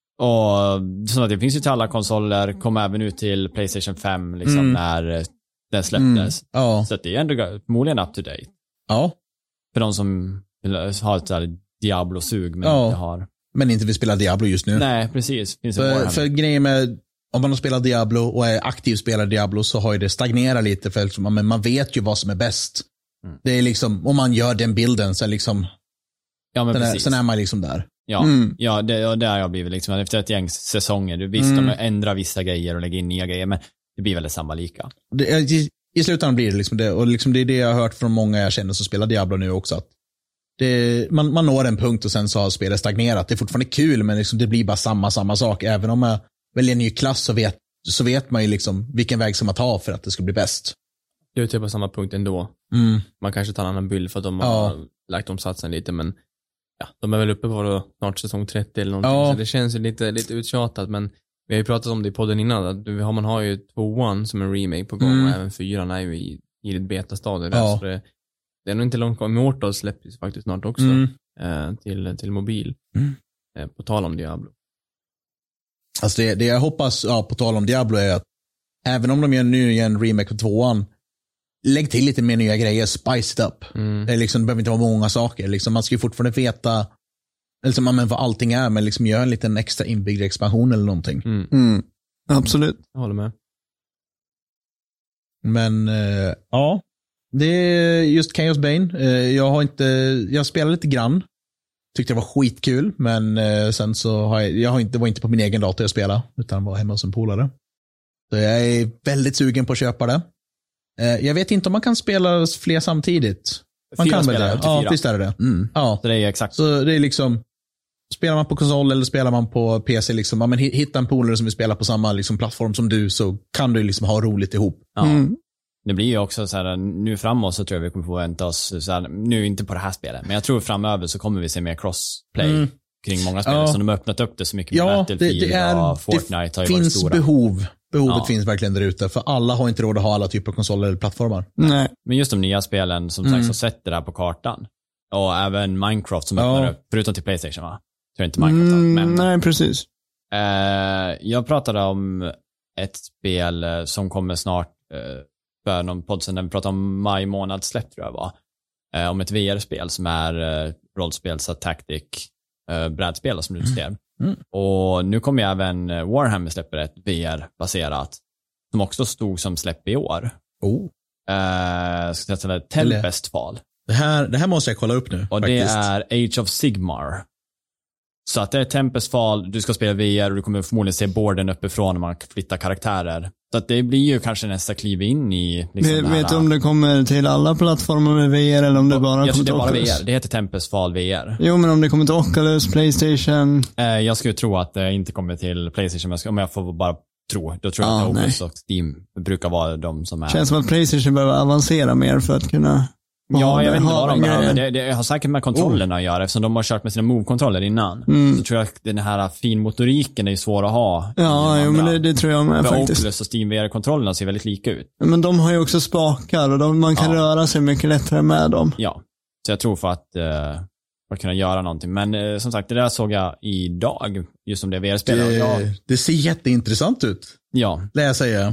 Och så att det finns ju till alla konsoler, kom även ut till PlayStation fem liksom mm. när den släpptes. Mm. Ja. Så att det är ändå förmodligen up to date. Ja. För de som har ett där Diablo-sug men ja. inte har. Men inte vill spela Diablo just nu. Nej, precis. Finns för, för grejen med, om man har spelat Diablo och är aktiv spelare Diablo så har ju det stagnerat lite för man, man vet ju vad som är bäst. Mm. Det är liksom, om man gör den bilden så är liksom, ja, men sen, precis. Är, sen är man liksom där. Ja, mm. ja det, och det har jag blivit liksom, efter ett gäng säsonger, du visst mm. de ändrar vissa grejer och lägger in nya grejer, men det blir väl samma lika. Det, i, I slutändan blir det liksom det, och liksom det är det jag har hört från många jag känner som spelar Diablo nu också, att det, man, man når en punkt och sen så har spelet stagnerat. Det är fortfarande kul, men liksom det blir bara samma, samma sak. Även om man väljer en ny klass så vet, så vet man ju liksom vilken väg som man tar för att det ska bli bäst. Det är typ på samma punkt ändå. Mm. Man kanske tar en annan bild för att de ja. har lagt om satsen lite, men ja, de är väl uppe på då, snart säsong trettio eller någonting. Ja. Så det känns ju lite, lite uttjatat, men vi har ju pratat om det i podden innan. Att vi har, man har ju tvåan som en remake på gång, Mm. och även fyran är ju i, i ett betastadie. Ja. Så det, det är nog inte långt kvar. Immortal släpps faktiskt snart också Mm. eh, till, till mobil. Mm. Eh, på tal om Diablo. Alltså det, det jag hoppas, ja, på tal om Diablo, är att även om de gör nu en remake på tvåan, lägg till lite mer nya grejer, spice it up. Mm. Det, är liksom, det behöver inte vara många saker. Liksom, man ska ju fortfarande veta liksom, men vad allting är, men liksom gör en liten extra inbyggd expansion eller någonting. Mm. Mm. Absolut. Jag håller med. Men eh, ja, det är just Chaos Bane. Eh, jag har inte, jag spelade lite grann. Tyckte det var skitkul, men eh, sen så har jag, jag har inte, var inte på min egen dator jag spelade, utan var hemma hos en polare. Så jag är väldigt sugen på att köpa det. Eh, jag vet inte om man kan spela fler samtidigt. Man Fyra kan väl spelare det? upp till Ja, fyra. visst är det det. Mm. Ja. Så det är exakt. Så det är liksom, spelar man på konsol eller spelar man på P C, liksom, ja, men hitta en polare som vill spela på samma liksom, plattform som du, så kan du liksom ha roligt ihop. Ja. Mm. Det blir ju också så här, nu framåt så tror jag vi kommer få vänta oss så här, nu inte på det här spelet, men jag tror framöver så kommer vi se mer crossplay Mm. kring många spel, Ja. så de har öppnat upp det så mycket med Ja, det, Battlefield det, är, och Fortnite har det ju varit finns stora. behov. Behovet Ja. finns verkligen där ute, för alla har inte råd att ha alla typer av konsoler eller plattformar. Nej. Men just de nya spelen som Mm. sagt så sätter det här på kartan. Och även Minecraft som Ja. öppnar upp, förutom till PlayStation va? Tror inte Minecraft Mm, men nej, precis. eh, jag pratade om ett spel eh, som kommer snart eh, för någon podd sedan, när vi pratade om maj månad släpp tror jag var. Eh, om ett V R-spel som är eh, rollspels och tactic eh, brädspel som du skrev. Mm. Och nu kommer ju även eh, Warhammer släpper ett V R-baserat som också stod som släpp i år. Oh. Eh, ska jag säga Tempest Fall. Det, här, det här måste jag kolla upp nu. Och faktiskt. det är Age of Sigmar. Så att det är Tempest Fall, du ska spela V R och du kommer förmodligen se borden uppifrån när man flyttar karaktärer. Så att det blir ju kanske nästa kliv in i liksom Vet, det här, vet du om det kommer till alla plattformar med V R eller om det bara jag kommer tror det är till bara V R. Oculus? Det heter Tempest Fall V R. Jo, men om det kommer till Oculus, Playstation. Eh, jag skulle tro att det inte kommer till PlayStation, men om jag får bara tro. Då tror jag Ah, att nej. Oculus och Steam brukar vara de som är... Känns som att Playstation behöver avancera mer för att kunna Ja, jag vet inte ha vad de den behöver. grejen. Det, det har säkert med kontrollerna att göra, eftersom de har kört med sina Move-kontroller innan. Mm. Så tror jag att den här finmotoriken är ju svår att ha. i Ja, de jo, men andra. det, det tror jag med För faktiskt. Oculus och Steam V R-kontrollerna ser väldigt lika ut. Men de har ju också spakar och de, man kan Ja. röra sig mycket lättare med dem. Ja, så jag tror för att, uh, för att kunna göra någonting. Men uh, som sagt, det där såg jag idag, just om det V R-spelet. det, Ja, det ser jätteintressant ut, ja, lär jag säga.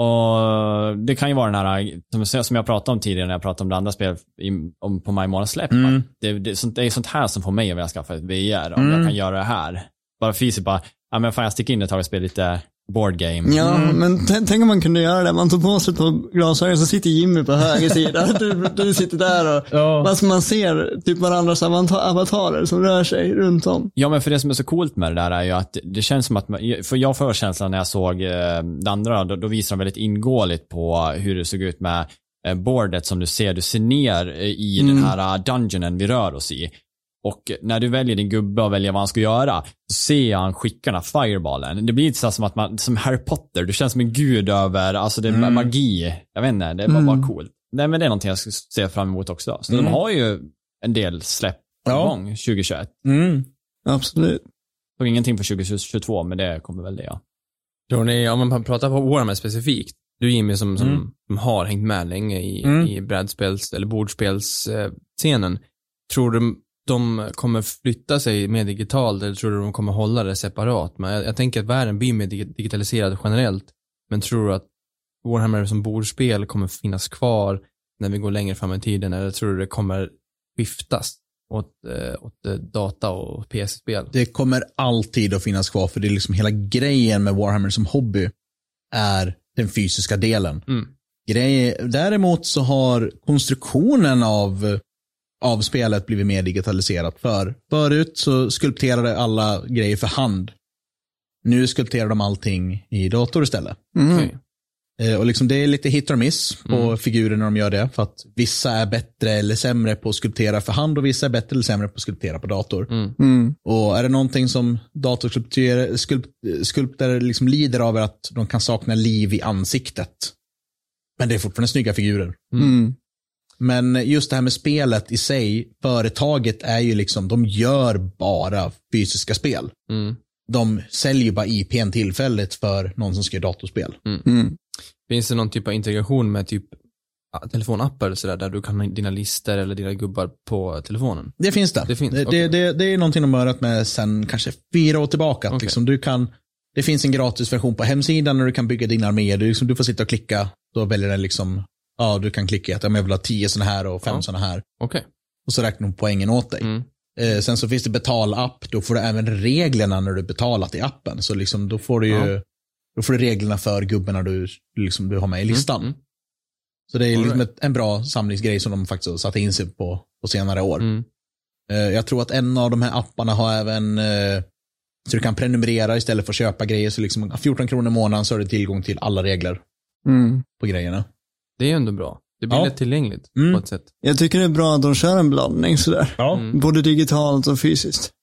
och det kan ju vara den här, som, som jag pratade om tidigare när jag pratade om det andra spel i, om, på maj månad släpp. Mm. Det, det, sånt, det är sånt här som får mig att vilja skaffa ett V R, om Mm. jag kan göra det här. Bara fysiskt bara, ja men fan jag sticker in ett tag och spelar lite board game. Ja, Mm. men t- tänk om man kunde göra det. Man tog på sig på glasögon så sitter Jimmy på höger sida. Du, du sitter där och Ja. alltså man ser typ varandras avata- avatarer som rör sig runt om. Ja, men för det som är så coolt med det där är ju att det känns som att, man, för jag får känslan när jag såg eh, det andra, då, då visar de väldigt ingåeligt på hur det såg ut med eh, boardet som du ser. Du ser ner eh, i Mm. den här uh, dungeonen vi rör oss i. Och när du väljer din gubbe och väljer vad han ska göra, så ser han skickarna fireballen. Det blir lite så som att man, som Harry Potter, du känns som en gud över, alltså det är Mm. magi. Jag vet inte, det var Mm. bara coolt. Nej, men det är någonting jag ska se fram emot också. Så Mm. de har ju en del släpp på Ja. gång tjugohundratjugoett. Mm. Absolut. Och ingenting för tjugohundratjugotvå, men det kommer väl det, ja. Tror ni, om man pratar på Warhammer specifikt, du Jimmy som, som, Mm. som har hängt med länge i, Mm. i brädspels eller bordspelsscenen, tror du de kommer flytta sig mer digitalt eller tror du de kommer hålla det separat? Men jag, jag tänker att världen blir mer dig- digitaliserad generellt, men tror du att Warhammer som bordspel kommer finnas kvar när vi går längre fram i tiden, eller tror du det kommer skiftas åt, eh, åt eh, data och P C-spel? Det kommer alltid att finnas kvar, för det är liksom hela grejen med Warhammer som hobby är den fysiska delen. Mm. Grej, däremot så har konstruktionen av, av spelet blivit mer digitaliserat. För förut så skulpterade alla grejer för hand. Nu skulpterar de allting i dator istället. Mm. Okej. Eh, Och liksom det är lite hit or miss på Mm. figurer när de gör det. För att vissa är bättre eller sämre på att skulptera för hand och vissa är bättre eller sämre på att skulptera på dator. Mm. Mm. Och är det någonting som datorskulpter skulpt, skulpter liksom lider av är att de kan sakna liv i ansiktet. Men det är fortfarande snygga figurer. Mm. Men just det här med spelet i sig, företaget är ju liksom, de gör bara fysiska spel. Mm. De säljer bara I P:n tillfälligt för någon som ska göra datorspel. Mm. Mm. Finns det någon typ av integration med typ telefonappar eller sådär, där du kan ha dina listor eller dina gubbar på telefonen? Det finns det. Det, finns, det, okay. det, det, det är någonting de har rört med sen kanske fyra år tillbaka. Okay. Liksom, du kan, det finns en gratisversion på hemsidan när du kan bygga dina arméer. Du, liksom, du får sitta och klicka. Då väljer den liksom, ja du kan klicka att jag vill ha tio sådana här och fem ja. sådana här. Okay. Och så räknar de poängen åt dig. Mm. Eh, sen så finns det betalapp. Då får du även reglerna när du betalat i appen. Så liksom, då får du ju ja. då får du reglerna för gubbarna du, liksom, du har med i listan. Mm. Mm. Så det är liksom right. ett, en bra samlingsgrej som de faktiskt har satt in sig på, på senare år. Mm. Uh, jag tror att en av de här apparna har även uh, så du kan prenumerera istället för att köpa grejer. Så liksom fjorton kronor i månaden så har du tillgång till alla regler Mm. på grejerna. Det är ändå bra. Det blir Ja. lätt tillgängligt Mm. på ett sätt. Jag tycker det är bra att de kör en blandning sådär. Ja. Mm. Både digitalt och fysiskt.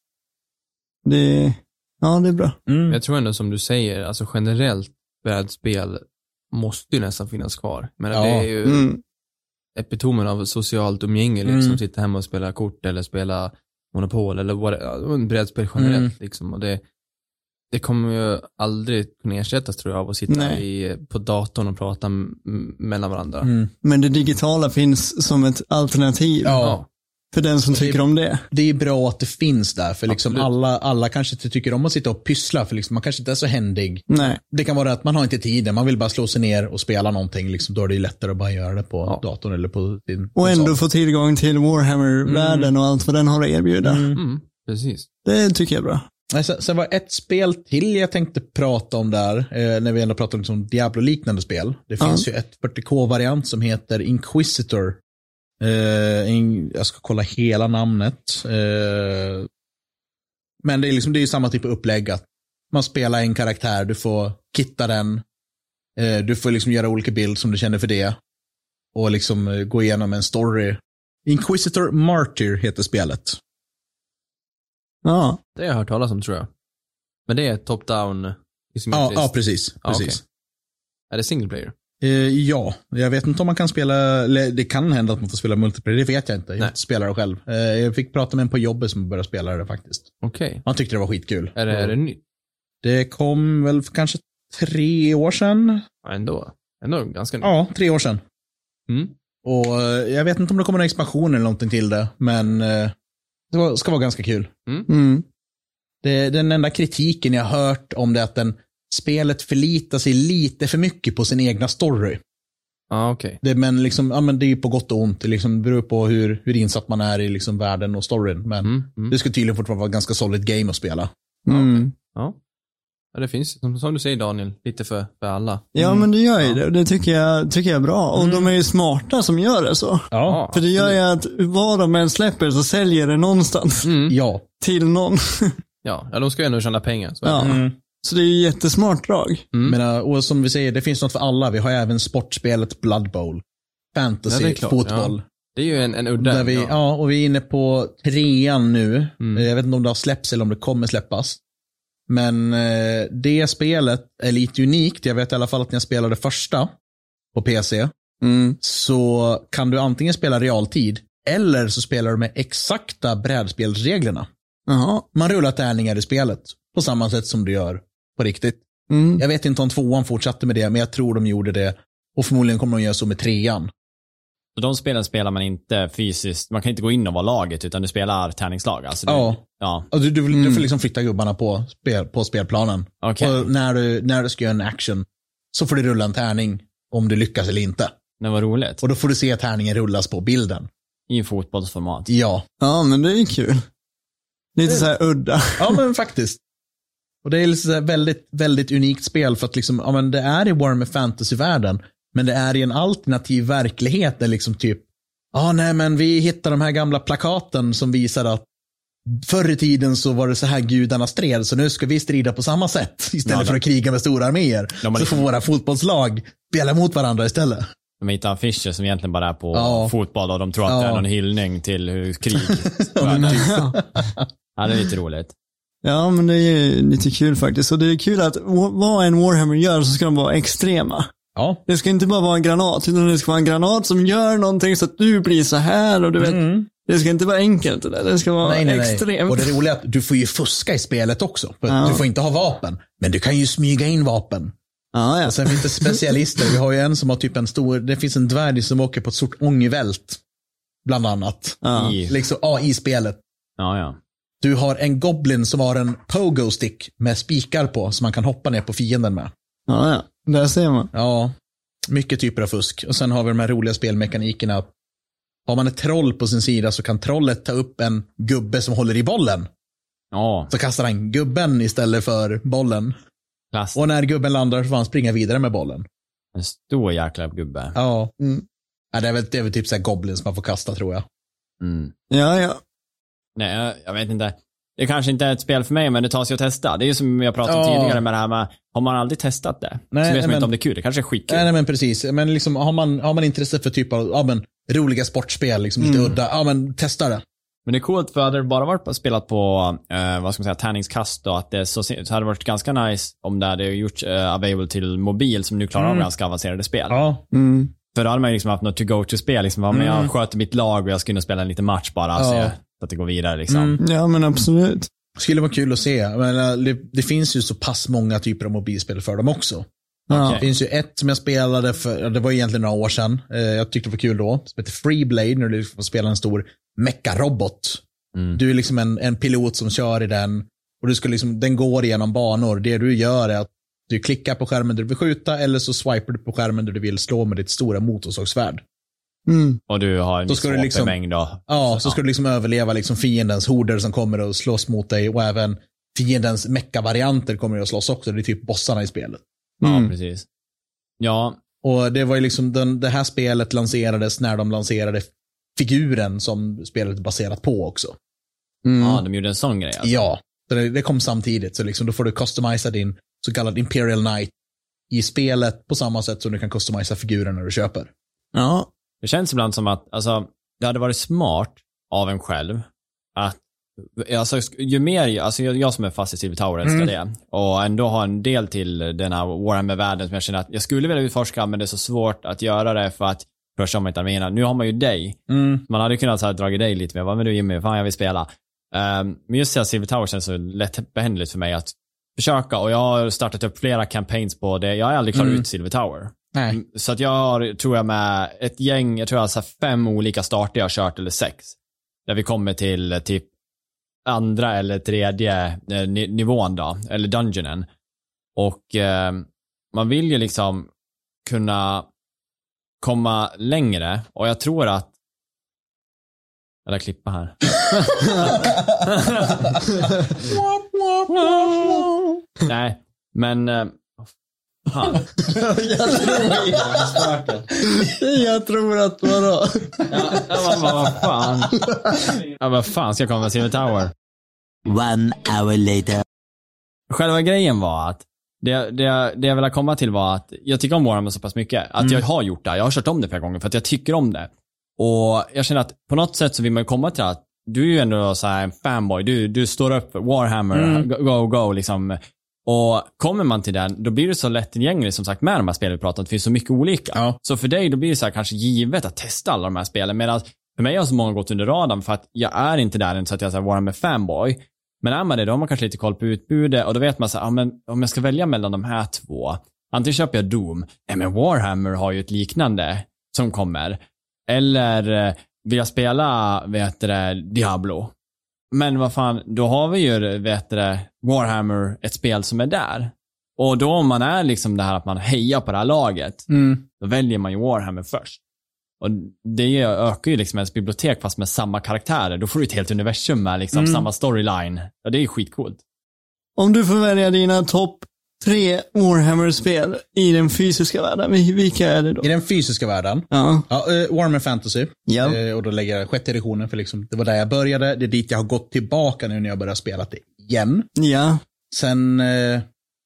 Det, ja, det är bra. Mm. Jag tror ändå som du säger, alltså generellt brädspel måste ju nästan finnas kvar. Men Ja. det är ju Mm. epitomen av socialt umgänge liksom. Mm. Sitta hemma och spela kort eller spela Monopol eller vad det, ja, brädspel generellt Mm. liksom. Och det, det kommer ju aldrig kunna ersättas tror jag av att sitta i, på datorn och prata m- mellan varandra. Mm. Men det digitala finns som ett alternativ Ja. för den som tycker om det. Det är bra att det finns där. För liksom Absolut. alla, alla kanske inte tycker om att sitta och pyssla. För liksom man kanske inte är så händig. Nej. Det kan vara att man har inte tiden. Man vill bara slå sig ner och spela någonting. Liksom, då är det lättare att bara göra det på Ja. datorn eller på din Och ändå konsol. få tillgång till Warhammer-världen och allt vad den har att erbjuda. Mm. Mm, precis. Det tycker jag är bra. Nej, Sen, sen var ett spel till jag tänkte prata om där, eh, när vi ändå pratar om liksom Diablo-liknande spel. Det Ja. finns ju ett fyrtio K-variant som heter Inquisitor. Eh, in, jag ska kolla hela namnet. Eh, men det är, liksom, det är ju samma typ av upplägg. Att man spelar en karaktär, du får kitta den. Eh, du får liksom göra olika bilder som du känner för det. Och liksom eh, gå igenom en story. Inquisitor Martyr heter spelet. Ja. Det har jag hört talas om tror jag. Men det är top-down Ja, isometriskt. ja, precis. Ja, precis. okej. Är det single player? Eh, ja, jag vet inte om man kan spela, eller det kan hända att man får spela multiplayer, det vet jag inte. Jag Nej. spelar det själv. Eh, jag fick prata med en på jobbet som började spela det faktiskt. Okej. Han tyckte det var skitkul. Är, det, är det nytt? Det kom väl för kanske tre år sedan. Ja, ändå. Ändå ganska nytt. Ja, tre år sedan. Mm. Och eh, jag vet inte om det kommer en expansion eller någonting till det, men eh, det var, ska vara ganska kul. Mm. Det, den enda kritiken jag har hört om det är att den, spelet förlitar sig lite för mycket på sin egna story. Ja, okej. Det, men liksom, ja, men det är ju på gott och ont. Det liksom beror på hur, hur insatt man är i liksom världen och storyn. Men Mm. Mm. det ska tydligen fortfarande vara ett ganska solid game att spela. Mm. Ja. Ja, det finns, som, som du säger Daniel, lite för, för alla. Ja, men det gör ju det. Det tycker jag, tycker jag är bra. Och Mm. de är ju smarta som gör det så. Ja. För det gör ju att vad de än släpper så säljer det någonstans Mm. Ja. till någon. Ja, ja, de ska ju ändå tjäna pengar. Så. Ja. Mm. Så det är ju jättesmart drag. Mm. Men, äh, och som vi säger, det finns något för alla. Vi har ju även sportspelet Blood Bowl. Fantasy, Ja, det är klart, fotboll. Det är ju en, en udda. Där vi, ja. ja. och vi är inne på trean nu. Mm. Jag vet inte om det har släppts eller om det kommer släppas. Men eh, det spelet är lite unikt. Jag vet i alla fall att när jag spelade första på P C Mm. så kan du antingen spela realtid eller så spelar du med exakta brädspelsreglerna. Jaha. Man rullar tärningar i spelet på samma sätt som du gör på riktigt. Mm. Jag vet inte om tvåan fortsatte med det, men jag tror de gjorde det. Och förmodligen kommer de göra så med trean. Så de spelen spelar man inte fysiskt, man kan inte gå in och vara laget utan du spelar tärningslag. Alltså du, Ja. ja. Och du, du, Mm. du får liksom flytta gubbarna på, spel, på spelplanen. Okej. Och när du, när du ska göra en action så får du rulla en tärning om du lyckas eller inte. Det var roligt. Och då får du se tärningen rullas på bilden. I fotbollsformat. Ja. Ja, men det är kul. Lite så här udda. Ja, men faktiskt. Och det är liksom så här väldigt, väldigt unikt spel för att liksom, ja, men det är i Warhammer Fantasy-världen, men det är i en alternativ verklighet där liksom typ, ja ah, nej men vi hittar de här gamla plakaten som visar att förr i tiden så var det så här gudarna stred, så nu ska vi strida på samma sätt istället Ja, för att kriga med stora arméer. De har Så får våra fotbollslag spela mot varandra istället. De hittar affischer som egentligen bara är på Ja. fotboll och de tror att Ja. det är någon hyllning till hur krig. Ja. Ja, det är lite roligt. Ja, men det är lite kul faktiskt. Och det är kul att vad en Warhammer gör så ska de vara extrema. Ja. Det ska inte bara vara en granat, utan det ska vara en granat som gör någonting så att du blir så här och du vet, mm. det ska inte vara enkelt det där. Det ska vara nej, nej, extremt. Nej. Och det roliga är att du får ju fuska i spelet också. För ja. Du får inte ha vapen, men du kan ju smyga in vapen. Ja, ja. Och sen finns det specialister. Vi har ju en som har typ en stor, det finns en dvärg som åker på ett stort ångvält. Bland annat. Ja. I, liksom, ja, i spelet. Ja, ja. Du har en goblin som har en pogo stick med spikar på som man kan hoppa ner på fienden med. Ja, ja. Där ser man. Ja, mycket typer av fusk. Och sen har vi de här roliga spelmekanikerna. Har man ett troll på sin sida så kan trollet ta upp en gubbe som håller i bollen. Ja. Så kastar han gubben istället för bollen. Klass. Och när gubben landar så får han springa vidare med bollen. En stor jäkla gubbe. Ja. Mm. Ja, det är väl, det är väl typ så här goblins man får kasta, tror jag. Mm. Ja, ja. Nej, jag, jag vet inte. Det kanske inte är ett spel för mig, men det tas ju att testa. Det är ju som jag pratade om ja. tidigare med det här med, har man aldrig testat det? Nej, så vet man men, inte om det är kul. Det kanske är skitkul. Nej, nej men precis. Men liksom, har man, har man intresse för typ av ja, men, roliga sportspel, liksom lite mm. udda, ja men testa det. Men det är coolt för hade det bara varit spelat på, eh, vad ska man säga, tärningskast och att det så, så hade det varit ganska nice om det hade gjorts eh, available till mobil som nu klarar mm. av ganska avancerade spel. Ja. Mm. För då hade man ju liksom haft något to-go-to-spel. Liksom, mm. jag sköter mitt lag och jag ska in och spela en liten match bara. Ja. Så, jag, så att det går vidare liksom. Mm. Ja, men absolut. Det skulle vara kul att se. Men det, det finns ju så pass många typer av mobilspel för dem också. Ja. Det finns ju ett som jag spelade för, det var egentligen några år sedan. Jag tyckte det var kul då. Som heter Freeblade, när du får spela en stor mecha-robot. Mm. Du är liksom en, en pilot som kör i den. Och du ska liksom, den går igenom banor. Det du gör är att du klickar på skärmen där du vill skjuta eller så swipar du på skärmen där du vill slå med ditt stora motorsågsvärd. Mm. Och du har en viss liksom, mängd då. Ja, så, så ska ja. du liksom överleva liksom fiendens horder som kommer och slåss mot dig och även fiendens mecha-varianter kommer att slåss också. Det är typ bossarna i spelet. Mm. Ja, precis. Ja. Och det var ju liksom den, det här spelet lanserades när de lanserade figuren som spelet är baserat på också. Mm. Ja, de gjorde en sån grej alltså. Ja, det, det kom samtidigt. Så liksom, då får du customisa din så kallad Imperial Knight i spelet på samma sätt som du kan customisa figuren när du köper. Ja. Det känns ibland som att alltså, det hade varit smart av en själv att alltså, ju mer, alltså jag, jag som är fast i Silver Tower älskar mm. det och ändå ha en del till den här Warhammer-världen som jag känner att jag skulle vilja utforska men det är så svårt att göra det för att först har man inte arméerna. Nu har man ju dig. Mm. Man hade kunnat så här, dra dig lite mer. Vad men du Jimmy, fan jag vill spela. Um, men just det här Silver Tower känns så lättbehandligt för mig att försöka och jag har startat upp flera campaigns på det. Jag har aldrig klarat mm. ut Silver Tower. Nej. Så att jag har, tror jag med ett gäng, jag tror jag har så fem olika starter jag har kört eller sex. Där vi kommer till typ andra eller tredje eh, nivån då, eller dungeonen. Och eh, man vill ju liksom kunna komma längre och jag tror att eller klippa här. Nej, men eh, fan. Jag tror att vadå? Ja, vad, vad fan. Ja, vad fan ska jag komma med Silver Tower? One hour later. Själva grejen var att det, det, det jag ville komma till var att jag tycker om Warhammer så pass mycket att mm. jag har gjort det. Jag har kört om det flera gånger för att jag tycker om det. Och jag känner att på något sätt så vill man komma till att du är ju ändå så här en fanboy. Du, du står upp Warhammer, mm. go, go, go liksom. Och kommer man till den, då blir det så lättillgängligt som sagt med de här spelen vi pratar om. Det finns så mycket olika. Ja. Så för dig då blir det så här kanske givet att testa alla de här spelen. Medan för mig har så många gått under radarn för att jag är inte där än så att jag är Warhammer fanboy. Men är man det, då har man kanske lite koll på utbudet och då vet man så här, ah, men om jag ska välja mellan de här två, antingen köper jag Doom, nej men Warhammer har ju ett liknande som kommer. Eller vill jag spela, vet det, Diablo. Men vad fan, då har vi ju, vet det, Warhammer, ett spel som är där. Och då om man är liksom det här att man hejar på det här laget, mm. då väljer man ju Warhammer först. Och det ökar ju liksom ens bibliotek fast med samma karaktärer. Då får du ett helt universum med liksom mm. samma storyline. Och det är ju skitcoolt. Om du får välja dina topp tre Warhammer-spel i den fysiska världen, vilka är det då? I den fysiska världen? Ja. ja uh, Warhammer Fantasy. Ja. Uh, och då lägger jag sjätte editionen för liksom, det var där jag började. Det är dit jag har gått tillbaka nu när jag börjar spela det igen. Ja. Sen uh,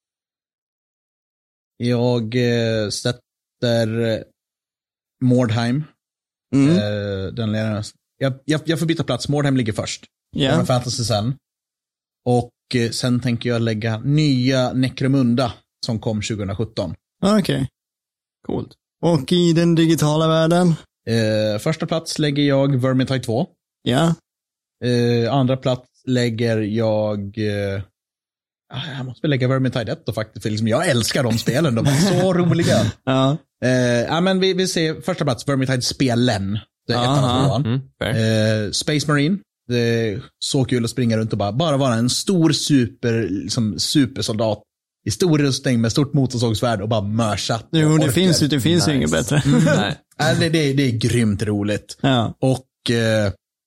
jag uh, sätter uh, Mordheim. Mm. Uh, den jag, jag, jag får byta plats. Mordheim ligger först. Ja. Warhammer Fantasy sen. Och uh, sen tänker jag lägga nya Necromunda som kom tjugo sjutton. Okej. Okay. Coolt. Och i den digitala världen? Eh, första plats lägger jag Vermintide två. Ja. Eh, andra plats lägger jag... Eh, jag måste väl lägga Vermintide ett då faktiskt. För liksom, jag älskar de spelen. De är så roliga. Ja. Eh, ja, men vi, vi ser första plats, Vermintide-spelen. Det är ettan och tvåan. Mm, eh, Space Marine. Det är så kul att springa runt och bara, bara vara en stor super, liksom, supersoldat i stor rustning med stort motorsågsvärd och bara mörsa. Jo, det finns ju det finns nice. Inget bättre. Mm. Nej. det, det, det är grymt roligt. Ja. Och eh,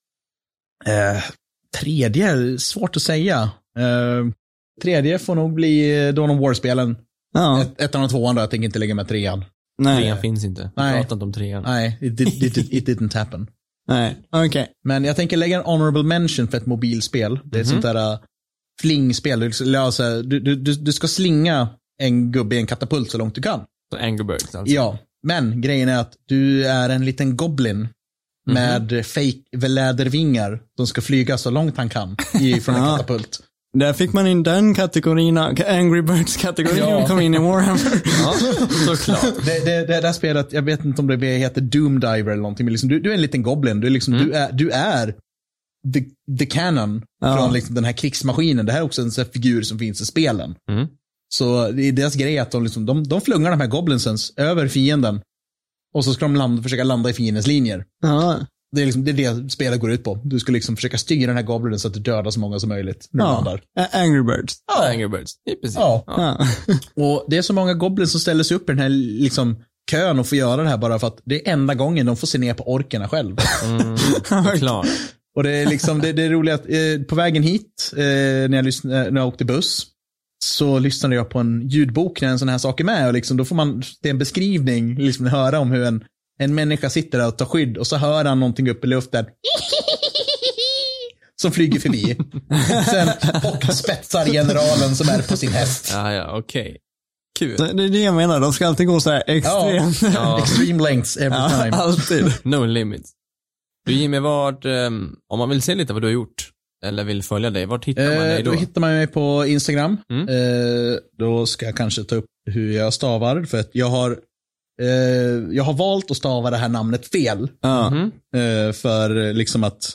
eh, tredje, svårt att säga. Eh, tredje får nog bli Dawn of War-spelen. Ja. Ett, ettan och tvåan då, jag tänker inte lägga med trean. Nej. Trean finns inte. Vi Nej. pratar inte om trean. Nej, it, did, it, it, it didn't happen. Nej, okej. Okay. Men jag tänker lägga en honorable mention för ett mobilspel. Det är ett mm-hmm. sånt där uh, flingspel. Du, du, du, du ska slinga en gubbe i en katapult så långt du kan. Så Angry Birds alltså. Ja, men grejen är att du är en liten goblin mm-hmm. med fake lädervingar som ska flyga så långt han kan från en katapult. Där fick man in den kategorin, Angry Birds-kategorin ja. Och kom in i Warhammer. Ja, såklart. Det, det, det där spelet, jag vet inte om det heter Doom Diver eller någonting, men liksom, du, du är en liten goblin. Du är, liksom, mm. du är, du är the, the canon ja. Från liksom, den här krigsmaskinen. Det här är också en sån här figur som finns i spelen. Mm. Så det är deras grej att de, liksom, de, de flungar de här goblinsens över fienden. Och så ska de landa, försöka landa i fiendens linjer. Ja. Det är, liksom, det är det spelet går ut på. Du ska liksom försöka styra den här goblinen så att du dödar så många som möjligt. Ja. Angry Birds. Ja, Angry Birds. I princip. Ja. Ja. Och det är så många goblins som ställer sig upp i den här liksom, kön och får göra det här bara för att det är enda gången de får se ner på orkerna själv. Mm, klart. Och det är liksom, det, det är roligt att eh, på vägen hit, eh, när, jag lyssn- när jag åkte buss, så lyssnade jag på en ljudbok när en sån här sak är med. Och liksom, då får man, det är en beskrivning, liksom höra om hur en En människa sitter där och tar skydd och så hör han någonting upp i luften som flyger förbi. Sen och spetsar generalen som är på sin häst. Ja, ja, okej. Okay. Kul. Det är det jag menar, de ska alltid gå så här extremt. Ja, ja. Extreme lengths every ja, time. Alltid. No limits. Du Jimmy, vart, um, om man vill se lite vad du har gjort eller vill följa dig, vart hittar man dig då? Då hittar man mig på Instagram. Mm. Eh, då ska jag kanske ta upp hur jag stavar, för att jag har Uh, jag har valt att stava det här namnet fel. Mm-hmm. Uh, för liksom att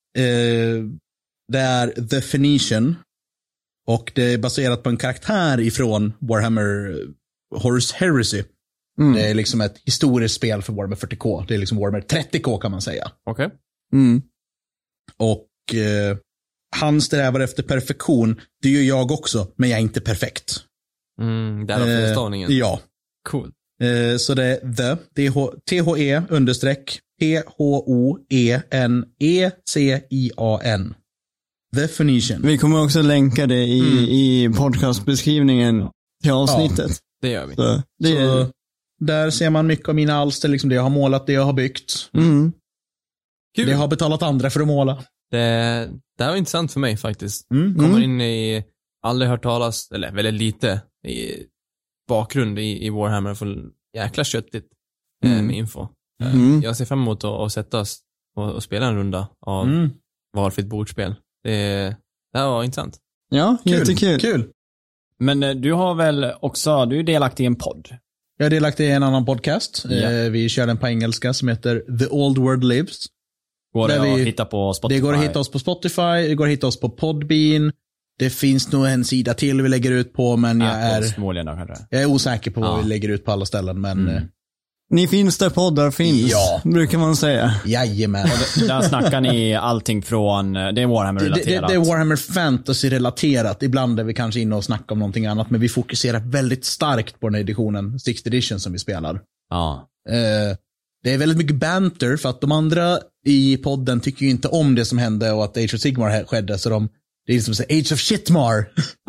uh, det är The Phoenician och det är baserat på en karaktär ifrån Warhammer Horus Heresy. Mm. Det är liksom ett historiskt spel för Warhammer fyrtio K. Det är liksom Warhammer trettio K kan man säga. Okej. Okay. Mm. Och uh, han strävar efter perfektion. Det gör jag också, men jag är inte perfekt. Mm, där har uh, felstavningen. Ja. Cool. Så det är the, T H E understreck P H O E N E C I A N. The Phoenician. Vi kommer också länka det i, mm. i podcastbeskrivningen till avsnittet. Ja, det gör vi. Så, det Så, är... där ser man mycket av mina alster, liksom det jag har målat, det jag har byggt. Mm. Kul. Det jag har betalat andra för att måla. Det, det här var intressant för mig faktiskt. Mm. Kommer mm. in i, aldrig hört talas, eller väldigt lite, i bakgrund i, i Warhammer för jäkla köttigt mm. med info. Mm. Jag ser fram emot att, att sätta oss och, och spela en runda av mm. valfritt bordspel. Det, det här var intressant. Ja, kul. jättekul. Kul. Men du har väl också, du är delaktig i en podd? Jag är delaktig i en annan podcast. Ja. Eh, vi kör den på engelska som heter The Old World Lives. Går det vi, att hitta på Spotify? Det går att hitta oss på Spotify, det går att hitta oss på Podbean. Det finns nog en sida till vi lägger ut på, men jag är, jag är osäker på vad ja. vi lägger ut på alla ställen. Men, mm. Ni finns där poddar finns, ja. brukar man säga. Jajamän. Där snackar ni allting från, det är Warhammer-relaterat. Det, det, det är Warhammer Fantasy-relaterat. Ibland är vi kanske inne och snackar om någonting annat, men vi fokuserar väldigt starkt på den här editionen, sixth edition som vi spelar. Ja. Uh, det är väldigt mycket banter, för att de andra i podden tycker ju inte om det som hände och att Age of Sigmar skedde, så de det är liksom så Age of Shitmar.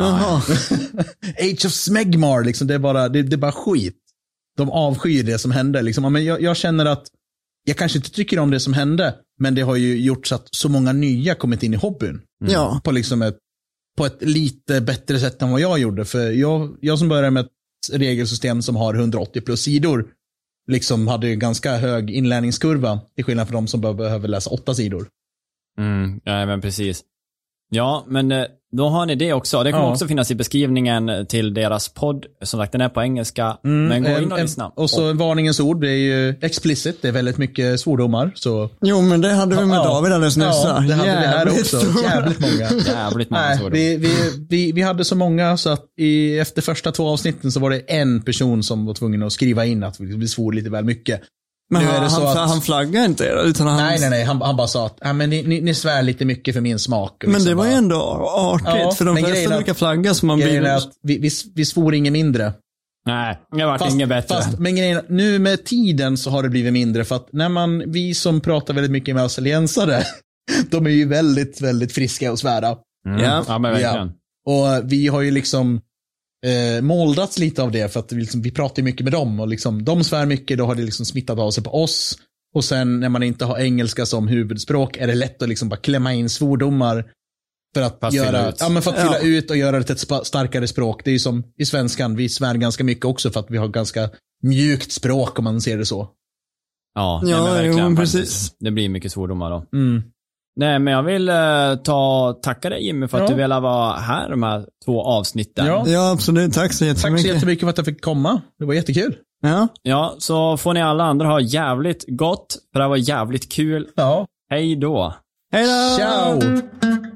Age of Smegmar, liksom, det är bara, det, det är bara skit. De avskyr det som hände. Liksom. Men jag, jag känner att jag kanske inte tycker om det som hände, men det har ju gjort så att så många nya kommit in i hobbyn. Mm. Ja. På, liksom ett, på ett lite bättre sätt än vad jag gjorde. För jag, jag som började med ett regelsystem som har hundraåttio plus sidor, liksom hade ju ganska hög inlärningskurva, till skillnad från de som behöver läsa åtta sidor. Mm, ja, men precis. Ja, men Då har ni det också. Det kommer Ja. också finnas i beskrivningen till deras podd. Som sagt, den är på engelska. Mm, men gå in en- och en- lyssna. Och så varningens ord, det är ju explicit. Det är väldigt mycket svordomar. Så. Jo, men det hade vi med Ja. David alldeles nyss. Ja, det hade vi här Jävligt också. stora. Jävligt många. Jävligt många Nej, svordomar. vi, vi, vi, vi hade så många så att i, efter första två avsnitten så var det en person som var tvungen att skriva in att vi svor lite väl mycket. Men Nu han, är det så han, att- han flaggar inte er, utan han... Nej, nej, nej. Han, han bara sa att ja, men ni, ni, ni svär lite mycket för min smak. Och Men liksom det var ju bara- ändå artigt, Ja, för de men grejen flesta är brukar att- flagga som man Grejen blir... är att vi, vi, vi svor inget mindre. Nej, det vart Fast, inget bättre. fast, men grejen, är, nu med tiden så har det blivit mindre för att när man, vi som pratar väldigt mycket med australiensare, de är ju väldigt, väldigt friska och svära. Mm. Ja. Ja, men verkligen. Och vi har ju liksom eh, moldats lite av det för att vi, liksom, vi pratar ju mycket med dem och liksom, de svär mycket, då har det liksom smittat av sig på oss. Och sen när man inte har engelska som huvudspråk är det lätt att liksom bara klämma in svordomar för att, För att fylla göra, ut. ja, men för att Ja. fylla ut och göra det till ett spa- starkare språk. Det är ju som i svenskan, vi svär ganska mycket också för att vi har ganska mjukt språk om man ser det så. Ja, Ja, nej, men jo, verkligen. men faktiskt. precis. Det blir mycket svordomar då. Mm. Nej, men jag vill eh, ta tacka dig Jimmy för att Ja. du ville vara här de här två avsnitten. Ja. Ja, absolut. Tack så Tack så jättemycket. jättemycket för att jag fick komma. Det var jättekul. Ja. Ja, så får ni alla andra ha jävligt gott, för det här var jävligt kul. Ja. Hej då. Hej då! Ciao!